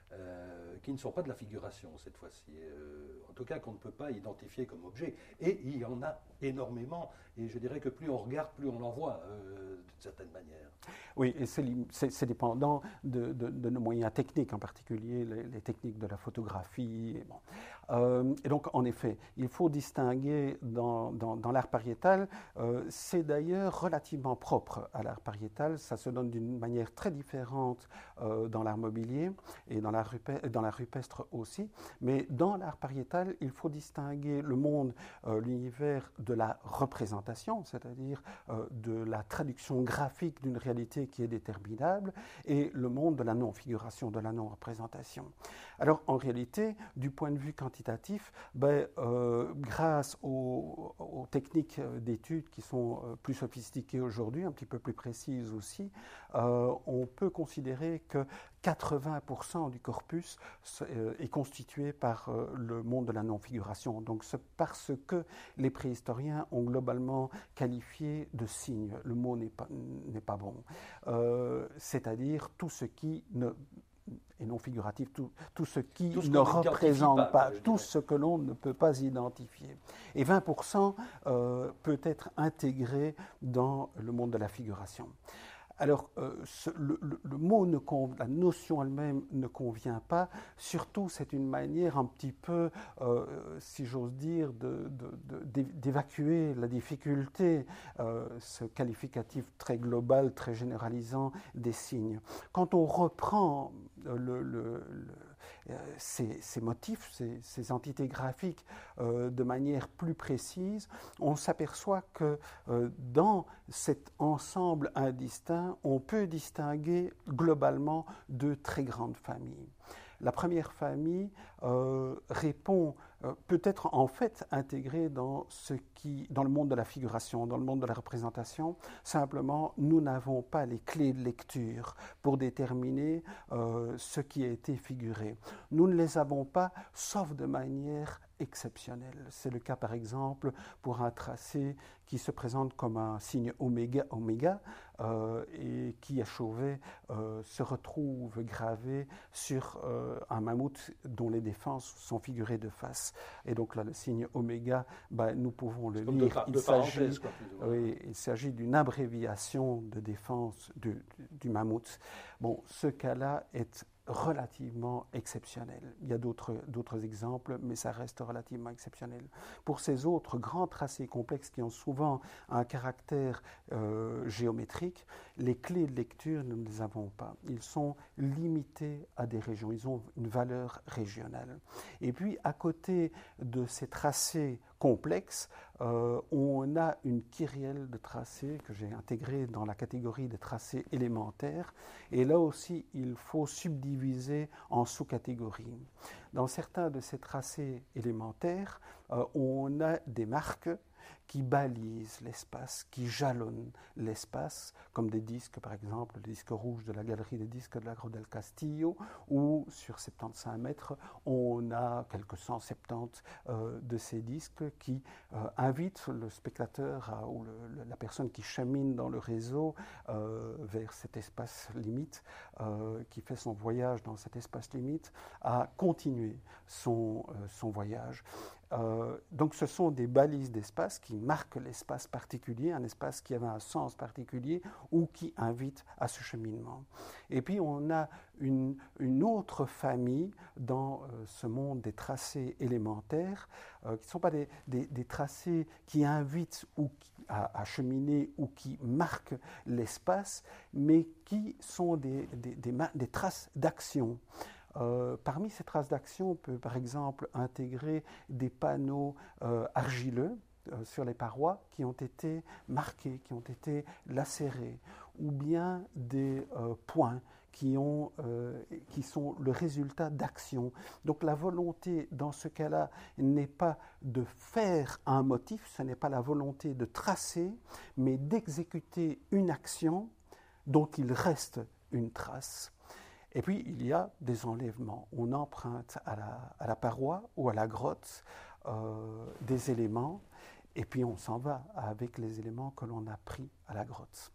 euh, qui ne sont pas de la figuration cette fois-ci, euh, en tout cas qu'on ne peut pas identifier comme objet. Et il y en a énormément, et je dirais que plus on regarde, plus on en voit euh, d'une certaine manière. Oui, et c'est, c'est, c'est dépendant de, de, de nos moyens techniques, en particulier les, les techniques de la photographie. Et, bon. euh, et donc, en effet, il faut distinguer dans, dans, dans l'art pariétal, euh, c'est d'ailleurs relativement propre à l'art pariétal, ça se donne d'une manière très différente euh, dans l'art mobilier et dans l'art, rupestre, dans l'art rupestre aussi, mais dans l'art pariétal, il faut distinguer le monde, euh, l'univers de la représentation, c'est-à-dire euh, de la traduction graphique d'une réalité qui est déterminable, et le monde de la non-figuration, de la non-représentation. Alors, en réalité, du point de vue quantitatif, ben, euh, grâce aux, aux techniques d'études qui sont euh, plus sophistiquées aujourd'hui, un petit peu plus précises aussi, euh, on peut considérer que quatre-vingts pour cent du corpus euh, est constitué par euh, le monde de la non-figuration. Donc, c'est parce que les préhistoriens ont globalement qualifié de signe. Le mot n'est pas, n'est pas bon. Euh, c'est-à-dire tout ce qui ne et non figuratif, tout, tout ce qui tout ce ne représente pas, pas tout ce que l'on ne peut pas identifier. Et vingt pour cent euh, peut être intégré dans le monde de la figuration. Alors, euh, ce, le, le, le mot, ne conv... la notion elle-même ne convient pas. Surtout, c'est une manière un petit peu, euh, si j'ose dire, de, de, de, d'évacuer la difficulté, euh, ce qualificatif très global, très généralisant des signes. Quand on reprend le, le, le ces, ces motifs, ces, ces entités graphiques euh, de manière plus précise, on s'aperçoit que euh, dans cet ensemble indistinct, on peut distinguer globalement deux très grandes familles. La première famille euh, répond, euh, peut être en fait intégrée dans, ce qui, dans le monde de la figuration, dans le monde de la représentation. Simplement, nous n'avons pas les clés de lecture pour déterminer euh, ce qui a été figuré. Nous ne les avons pas, sauf de manière exceptionnelle. C'est le cas, par exemple, pour un tracé qui se présente comme un signe oméga, oméga euh, et qui, à Chauvet, euh, se retrouve gravé sur euh, un mammouth dont les défenses sont figurées de face. Et donc là, le signe oméga, ben, nous pouvons le lire. De, il de s'agit, quoi, oui, il s'agit d'une abréviation de défense du, du, du mammouth. Bon, ce cas-là est relativement exceptionnel. Il y a d'autres, d'autres exemples, mais ça reste relativement exceptionnel. Pour ces autres grands tracés complexes qui ont souvent un caractère euh, géométrique, les clés de lecture, nous ne les avons pas. Ils sont limités à des régions, ils ont une valeur régionale. Et puis, à côté de ces tracés complexes, euh, on a une kyrielle de tracés que j'ai intégrée dans la catégorie des tracés élémentaires. Et là aussi, il faut subdiviser en sous-catégories. Dans certains de ces tracés élémentaires, euh, on a des marques qui balisent l'espace, qui jalonnent l'espace, comme des disques, par exemple, le disque rouge de la galerie des disques de la Grotte del Castillo, où sur soixante-quinze mètres, on a quelques cent soixante-dix euh, de ces disques qui euh, invitent le spectateur à, ou le, la personne qui chamine dans le réseau euh, vers cet espace limite, euh, qui fait son voyage dans cet espace limite, à continuer son, euh, son voyage. Euh, donc ce sont des balises d'espace qui marquent l'espace particulier, un espace qui avait un sens particulier ou qui invite à ce cheminement. Et puis on a une, une autre famille dans euh, ce monde des tracés élémentaires, euh, qui ne sont pas des, des, des tracés qui invitent ou qui, à, à cheminer ou qui marquent l'espace, mais qui sont des, des, des, des traces d'action. Euh, parmi ces traces d'action, on peut par exemple intégrer des panneaux euh, argileux euh, sur les parois qui ont été marqués, qui ont été lacérés, ou bien des euh, points qui, ont, euh, qui sont le résultat d'actions. Donc la volonté dans ce cas-là n'est pas de faire un motif, ce n'est pas la volonté de tracer, mais d'exécuter une action dont il reste une trace. Et puis, il y a des enlèvements. On emprunte à la, à la paroi ou à la grotte euh, des éléments, et puis on s'en va avec les éléments que l'on a pris à la grotte.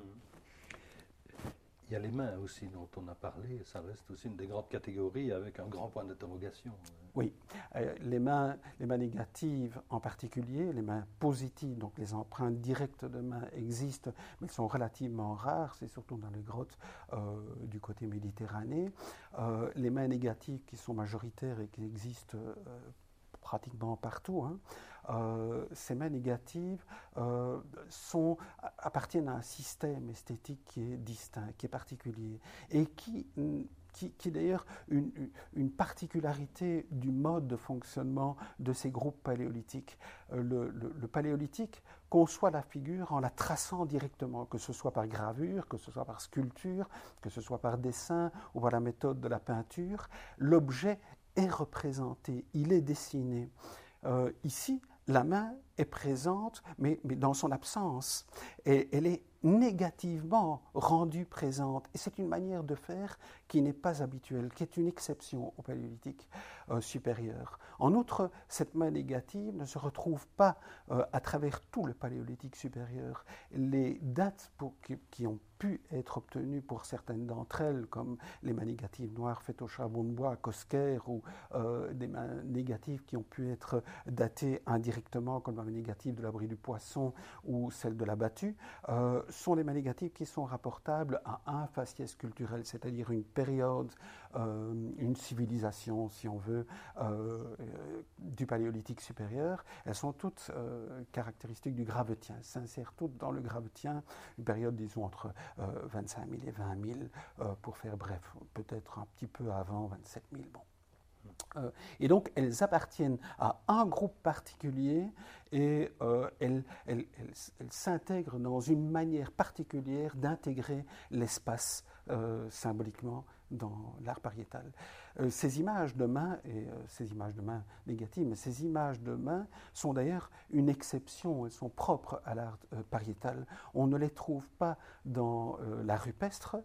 Il y a les mains aussi dont on a parlé, ça reste aussi une des grandes catégories avec un grand point d'interrogation. Oui, euh, les, mains, les mains négatives en particulier, les mains positives, donc les empreintes directes de mains existent, mais elles sont relativement rares, c'est surtout dans les grottes euh, du côté méditerranéen. Euh, les mains négatives qui sont majoritaires et qui existent euh, pratiquement partout, hein. Euh, ces mains négatives euh, sont, appartiennent à un système esthétique qui est distinct, qui est particulier, et qui, qui, qui est d'ailleurs une, une particularité du mode de fonctionnement de ces groupes paléolithiques. Euh, le, le, le paléolithique conçoit la figure en la traçant directement, que ce soit par gravure, que ce soit par sculpture, que ce soit par dessin ou par la méthode de la peinture. L'objet est représenté, il est dessiné. Euh, ici, la main est présente, mais, mais dans son absence. Et elle est négativement rendue présente. Et c'est une manière de faire qui n'est pas habituelle, qui est une exception au paléolithique euh, supérieur. En outre, cette main négative ne se retrouve pas euh, à travers tout le paléolithique supérieur. Les dates pour, qui, qui ont pu être obtenues pour certaines d'entre elles, comme les mains négatives noires faites au charbon de bois à Cosquer, ou euh, des mains négatives qui ont pu être datées indirectement, comme dans main négative de l'abri du poisson ou celle de la battue, euh, sont des mains négatives qui sont rapportables à un faciès culturel, c'est-à-dire une période, euh, une civilisation, si on veut, euh, euh, du paléolithique supérieur. Elles sont toutes euh, caractéristiques du Gravetien, s'insèrent toutes dans le Gravetien, une période, disons, entre euh, vingt-cinq mille et vingt mille, euh, pour faire bref, peut-être un petit peu avant vingt-sept mille. Bon. Euh, et donc, elles appartiennent à un groupe particulier et euh, elles, elles, elles, elles s'intègrent dans une manière particulière d'intégrer l'espace euh, symboliquement dans l'art pariétal. Euh, ces images de mains, et euh, ces images de mains négatives, mais ces images de mains sont d'ailleurs une exception, elles sont propres à l'art euh, pariétal. On ne les trouve pas dans euh, l'art rupestre,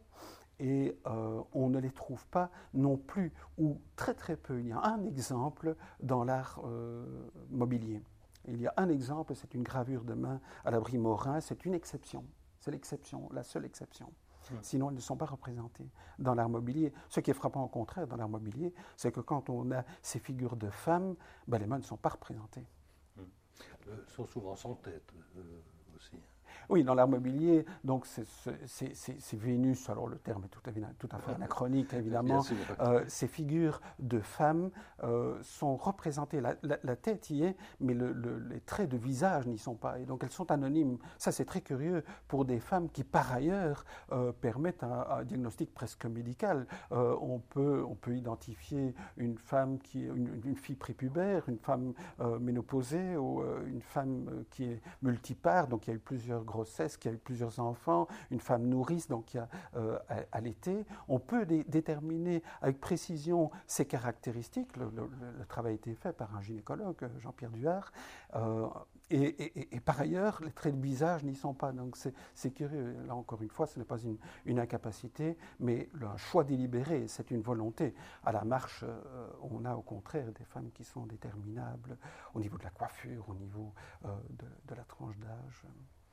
et euh, on ne les trouve pas non plus, ou très très peu. Il y a un exemple dans l'art euh, mobilier. Il y a un exemple, c'est une gravure de main à l'abri Morin, c'est une exception, c'est l'exception, la seule exception. Mmh. Sinon, elles ne sont pas représentées dans l'art mobilier. Ce qui est frappant au contraire dans l'art mobilier, c'est que quand on a ces figures de femmes, ben, les mains ne sont pas représentées. Mmh. Euh, sont souvent sans tête euh, aussi. Oui, dans l'art mobilier, donc c'est, c'est, c'est, c'est Vénus, alors le terme est tout à, tout à fait anachronique, évidemment. Euh, ces figures de femmes euh, sont représentées, la, la, la tête y est, mais le, le, les traits de visage n'y sont pas. Et donc elles sont anonymes. Ça, c'est très curieux pour des femmes qui, par ailleurs, euh, permettent un, un diagnostic presque médical. Euh, on, peut, on peut identifier une femme qui est une, une fille prépubère, une femme euh, ménopausée ou euh, une femme qui est multipare, donc il y a eu plusieurs grossesse, qui a eu plusieurs enfants, une femme nourrice, donc qui a euh, allaité. On peut dé- déterminer avec précision ces caractéristiques. Le, le, le travail a été fait par un gynécologue, Jean-Pierre Duhart. Euh, et, et, et par ailleurs, les traits de visage n'y sont pas. Donc c'est, c'est curieux. Là, encore une fois, ce n'est pas une, une incapacité, mais un choix délibéré, c'est une volonté. À la marche, euh, on a au contraire des femmes qui sont déterminables au niveau de la coiffure, au niveau euh, de, de la tranche d'âge.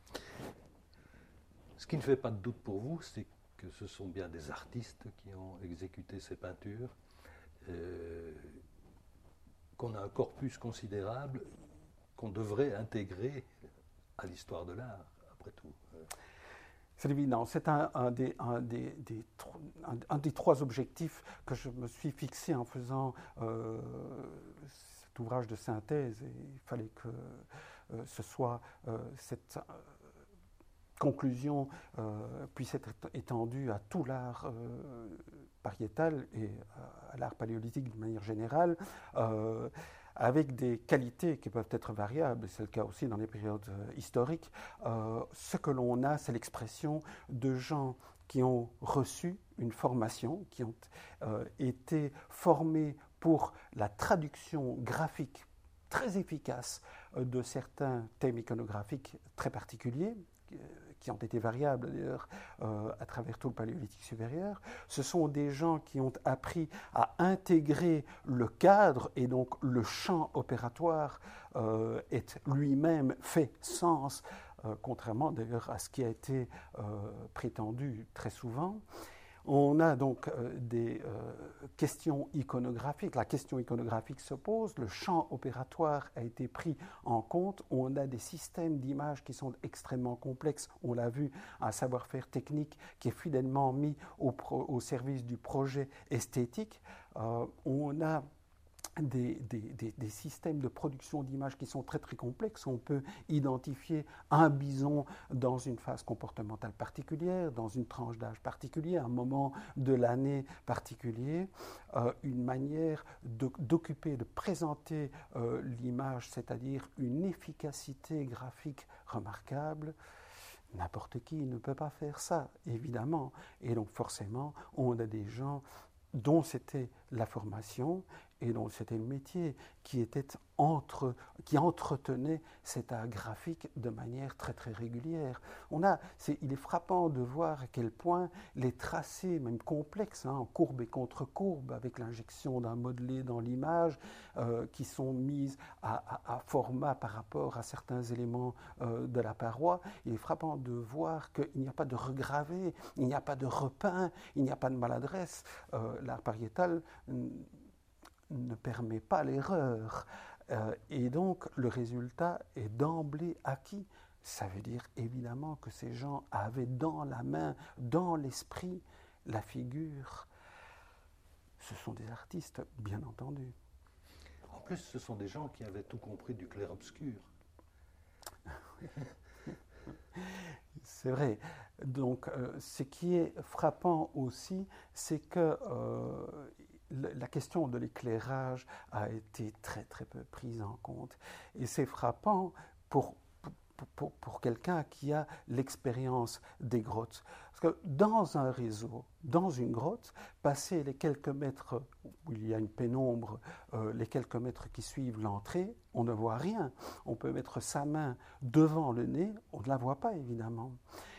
Ce qui ne fait pas de doute pour vous, c'est que ce sont bien des artistes qui ont exécuté ces peintures, euh, qu'on a un corpus considérable, qu'on devrait intégrer à l'histoire de l'art, après tout. C'est évident. C'est un, un, des, un, des, des, un, un des trois objectifs que je me suis fixé en faisant euh, cet ouvrage de synthèse. Et il fallait que euh, ce soit euh, cette... Euh, conclusion euh, puisse être étendue à tout l'art euh, pariétal et à l'art paléolithique de manière générale, euh, avec des qualités qui peuvent être variables, et c'est le cas aussi dans les périodes euh, historiques. Euh, ce que l'on a, c'est l'expression de gens qui ont reçu une formation, qui ont euh, été formés pour la traduction graphique très efficace euh, de certains thèmes iconographiques très particuliers, qui ont été variables d'ailleurs euh, à travers tout le paléolithique supérieur. Ce sont des gens qui ont appris à intégrer le cadre et donc le champ opératoire euh, est lui-même fait sens, euh, contrairement d'ailleurs à ce qui a été euh, prétendu très souvent. On a donc euh, des euh, questions iconographiques. La question iconographique se pose, le champ opératoire a été pris en compte. On a des systèmes d'images qui sont extrêmement complexes. On l'a vu, un savoir-faire technique qui est fidèlement mis au, pro, au service du projet esthétique. Euh, on a Des, des, des, des systèmes de production d'images qui sont très très complexes. On peut identifier un bison dans une phase comportementale particulière, dans une tranche d'âge particulière, un moment de l'année particulier, euh, une manière de, d'occuper, de présenter euh, l'image, c'est-à-dire une efficacité graphique remarquable. N'importe qui ne peut pas faire ça, évidemment. Et donc forcément, on a des gens dont c'était la formation et dont c'était le métier, qui, était entre, qui entretenait cet art graphique de manière très très régulière. On a, c'est, il est frappant de voir à quel point les tracés, même complexes, hein, en courbe et contre-courbe, avec l'injection d'un modelé dans l'image, euh, qui sont mises à, à, à format par rapport à certains éléments euh, de la paroi, il est frappant de voir qu'il n'y a pas de regravé, il n'y a pas de repeint, il n'y a pas de maladresse. Euh, l'art pariétal ne permet pas l'erreur. Euh, et donc, le résultat est d'emblée acquis. Ça veut dire évidemment que ces gens avaient dans la main, dans l'esprit, la figure. Ce sont des artistes, bien entendu. En plus, ce sont des gens qui avaient tout compris du clair-obscur. C'est vrai. Donc, euh, ce qui est frappant aussi, c'est que euh, la question de l'éclairage a été très très peu prise en compte. Et c'est frappant pour, pour, pour, pour quelqu'un qui a l'expérience des grottes. Parce que dans un réseau, dans une grotte, passer les quelques mètres où il y a une pénombre, euh, les quelques mètres qui suivent l'entrée, on ne voit rien. On peut mettre sa main devant le nez, on ne la voit pas évidemment.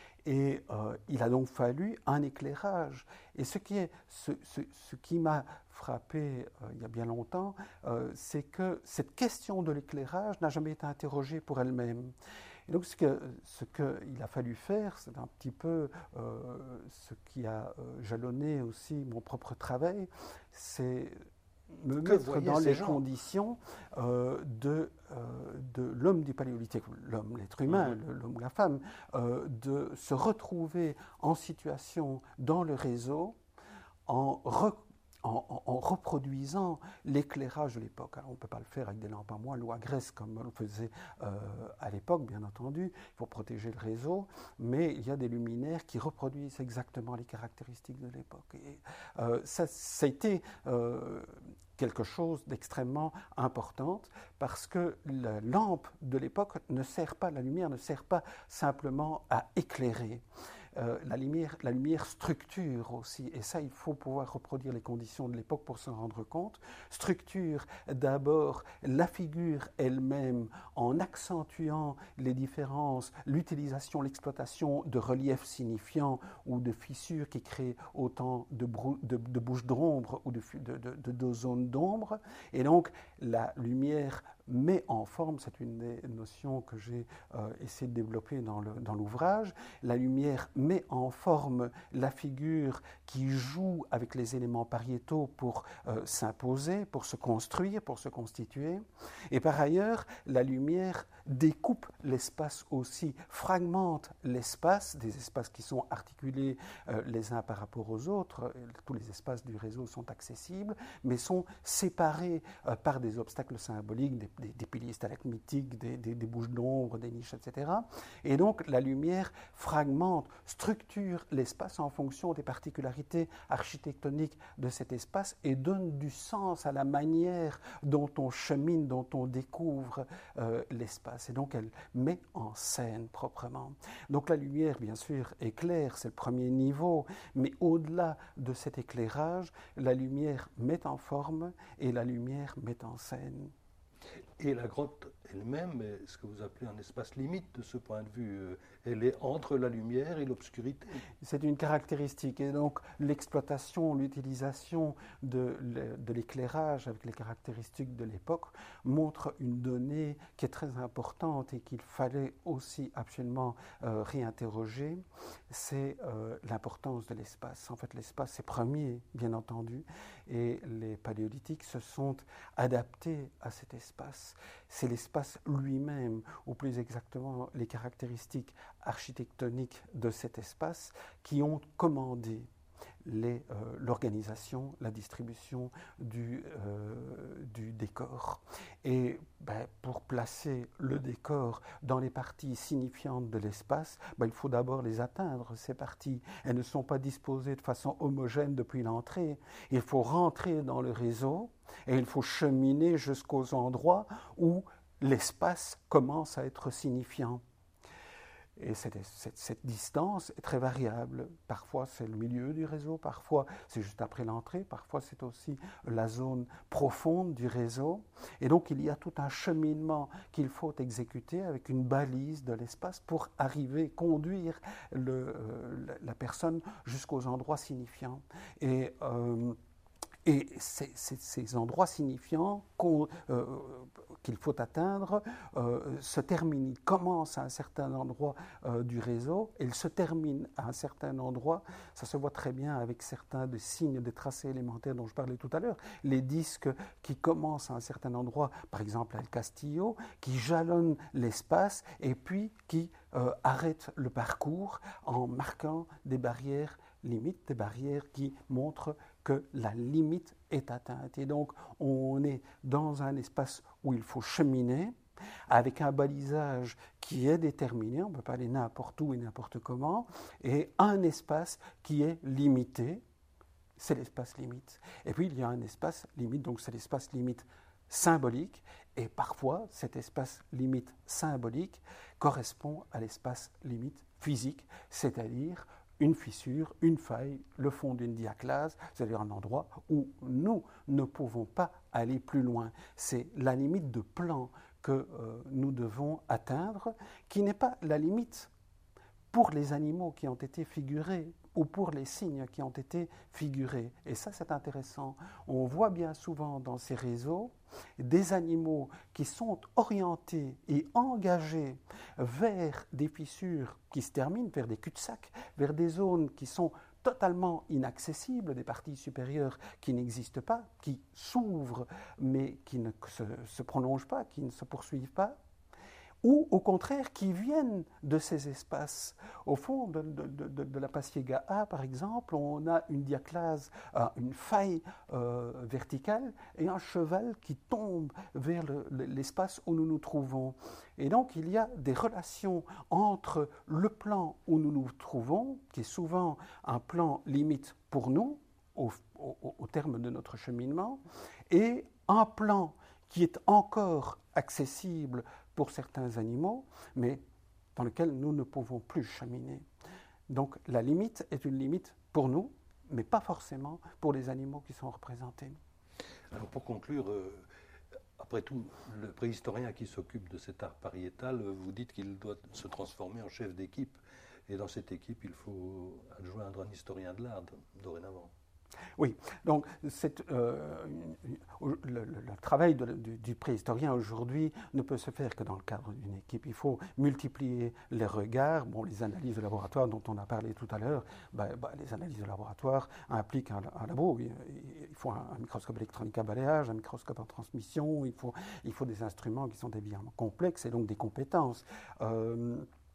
Et euh, il a donc fallu un éclairage. Et ce qui, est, ce, ce, ce qui m'a frappé euh, il y a bien longtemps, euh, c'est que cette question de l'éclairage n'a jamais été interrogée pour elle-même. Et donc ce qu'il ce que a fallu faire, c'est un petit peu euh, ce qui a euh, jalonné aussi mon propre travail, c'est me que mettre dans les gens. conditions euh, de, euh, de l'homme du paléolithique, l'homme, l'être humain, mmh. l'homme ou la femme, euh, de se retrouver en situation dans le réseau en, re, en, en, en reproduisant l'éclairage de l'époque. Alors on ne peut pas le faire avec des lampes à moelle ou à graisse comme on le faisait euh, à l'époque, bien entendu, pour protéger le réseau, mais il y a des luminaires qui reproduisent exactement les caractéristiques de l'époque. Et euh, ça, ça a été euh, quelque chose d'extrêmement important parce que la lampe de l'époque ne sert pas, la lumière ne sert pas simplement à éclairer. Euh, la, lumière, la lumière structure aussi, et ça, il faut pouvoir reproduire les conditions de l'époque pour s'en rendre compte. Structure d'abord la figure elle-même en accentuant les différences, l'utilisation, l'exploitation de reliefs signifiants ou de fissures qui créent autant de, brou- de, de bouches d'ombre ou de, de, de, de, de zones d'ombre. Et donc, la lumière met en forme, c'est une des notions que j'ai euh, essayé de développer dans, le, dans l'ouvrage, la lumière met en forme la figure qui joue avec les éléments pariétaux pour euh, s'imposer, pour se construire, pour se constituer. Et par ailleurs, la lumière découpe l'espace aussi, fragmente l'espace, des espaces qui sont articulés euh, les uns par rapport aux autres, tous les espaces du réseau sont accessibles, mais sont séparés euh, par des obstacles symboliques, des, des, des piliers stalagmitiques, des, des, des bouches d'ombre, des niches, et cetera. Et donc la lumière fragmente, structure l'espace en fonction des particularités architectoniques de cet espace et donne du sens à la manière dont on chemine, dont on découvre euh, l'espace. Et donc elle met en scène proprement. Donc la lumière, bien sûr, éclaire, c'est le premier niveau, mais au-delà de cet éclairage, la lumière met en forme et la lumière met en scène. Et la grotte elle-même est ce que vous appelez un espace limite de ce point de vue. Elle est entre la lumière et l'obscurité. C'est une caractéristique. Et donc l'exploitation, l'utilisation de, de l'éclairage avec les caractéristiques de l'époque montre une donnée qui est très importante et qu'il fallait aussi absolument euh, réinterroger. C'est euh, l'importance de l'espace. En fait, l'espace est premier, bien entendu, et les paléolithiques se sont adaptés à cet espace. C'est l'espace lui-même, ou plus exactement les caractéristiques architectoniques de cet espace, qui ont commandé les, euh, l'organisation, la distribution du, euh, du décor. Et ben, pour placer le décor dans les parties signifiantes de l'espace, ben, il faut d'abord les atteindre, ces parties. Elles ne sont pas disposées de façon homogène depuis l'entrée. Il faut rentrer dans le réseau et il faut cheminer jusqu'aux endroits où l'espace commence à être signifiant. Et cette, cette, cette distance est très variable. Parfois, c'est le milieu du réseau, parfois, c'est juste après l'entrée, parfois, c'est aussi la zone profonde du réseau. Et donc, il y a tout un cheminement qu'il faut exécuter avec une balise de l'espace pour arriver, conduire le, euh, la personne jusqu'aux endroits signifiants. Et... Euh, Et c'est, c'est, ces endroits signifiants qu'on, euh, qu'il faut atteindre euh, se terminent, ils commencent à un certain endroit euh, du réseau et ils se terminent à un certain endroit. Ça se voit très bien avec certains des signes des tracés élémentaires dont je parlais tout à l'heure. Les disques qui commencent à un certain endroit, par exemple à El Castillo, qui jalonnent l'espace et puis qui euh, arrêtent le parcours en marquant des barrières limites, des barrières qui montrent que la limite est atteinte. Et donc, on est dans un espace où il faut cheminer, avec un balisage qui est déterminé, on ne peut pas aller n'importe où et n'importe comment, et un espace qui est limité, c'est l'espace limite. Et puis, il y a un espace limite, donc c'est l'espace limite symbolique, et parfois, cet espace limite symbolique correspond à l'espace limite physique, c'est-à-dire une fissure, une faille, le fond d'une diaclase, c'est-à-dire un endroit où nous ne pouvons pas aller plus loin. C'est la limite de plan que euh, nous devons atteindre, qui n'est pas la limite pour les animaux qui ont été figurés ou pour les signes qui ont été figurés. Et ça, c'est intéressant. On voit bien souvent dans ces réseaux des animaux qui sont orientés et engagés vers des fissures qui se terminent, vers des cul-de-sac, vers des zones qui sont totalement inaccessibles, des parties supérieures qui n'existent pas, qui s'ouvrent mais qui ne se, se prolongent pas, qui ne se poursuivent pas, ou au contraire qui viennent de ces espaces. Au fond de, de, de, de la Pasiega A, par exemple, on a une diaclase, une faille euh, verticale et un cheval qui tombe vers le, l'espace où nous nous trouvons. Et donc il y a des relations entre le plan où nous nous trouvons, qui est souvent un plan limite pour nous, au, au, au terme de notre cheminement, et un plan qui est encore accessible pour certains animaux, mais dans lequel nous ne pouvons plus cheminer. Donc la limite est une limite pour nous, mais pas forcément pour les animaux qui sont représentés. Alors pour conclure, euh, après tout, le préhistorien qui s'occupe de cet art pariétal, vous dites qu'il doit se transformer en chef d'équipe, et dans cette équipe, il faut adjoindre un historien de l'art dorénavant. Oui, donc c'est, euh, le, le, le travail de, du, du préhistorien aujourd'hui ne peut se faire que dans le cadre d'une équipe. Il faut multiplier les regards. Bon, les analyses de laboratoire dont on a parlé tout à l'heure, ben, ben, les analyses de laboratoire impliquent un, un labo. Il, il faut un, un microscope électronique à balayage, un microscope en transmission, il faut, il faut des instruments qui sont évidemment complexes et donc des compétences. Euh,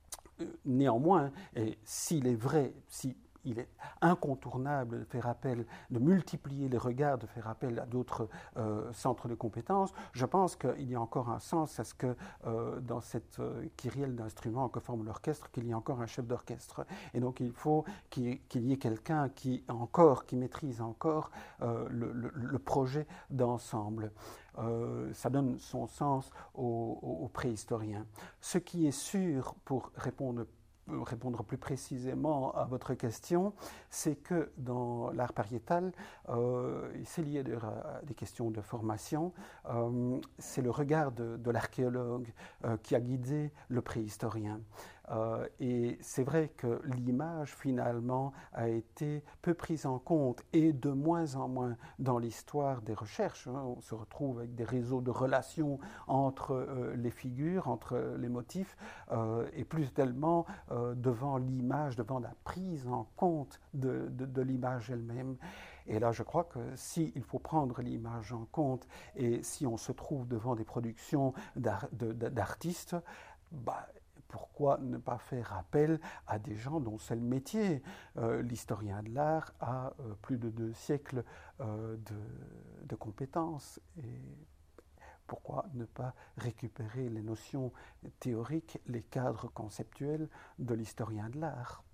néanmoins, et s'il est vrai, si il est incontournable de faire appel, de multiplier les regards, de faire appel à d'autres euh, centres de compétences. Je pense qu'il y a encore un sens à ce que euh, dans cette euh, kyrielle d'instruments que forme l'orchestre, qu'il y ait encore un chef d'orchestre. Et donc il faut qu'il, qu'il y ait quelqu'un qui encore, qui maîtrise encore euh, le, le, le projet d'ensemble. Euh, ça donne son sens aux, aux, aux préhistoriens. Ce qui est sûr, pour répondre répondre plus précisément à votre question, c'est que dans l'art pariétal, euh, c'est lié à des questions de formation, euh, c'est le regard de, de l'archéologue euh, qui a guidé le préhistorien. Euh, et c'est vrai que l'image, finalement, a été peu prise en compte et de moins en moins dans l'histoire des recherches. Hein. On se retrouve avec des réseaux de relations entre euh, les figures, entre les motifs, euh, et plus tellement euh, devant l'image, devant la prise en compte de, de, de l'image elle-même. Et là, je crois que s'il faut prendre l'image en compte et si on se trouve devant des productions d'art, de, de, d'artistes, bah, pourquoi ne pas faire appel à des gens dont c'est le métier? euh, L'historien de l'art a euh, plus de deux siècles euh, de, de compétences. Et pourquoi ne pas récupérer les notions théoriques, les cadres conceptuels de l'historien de l'art?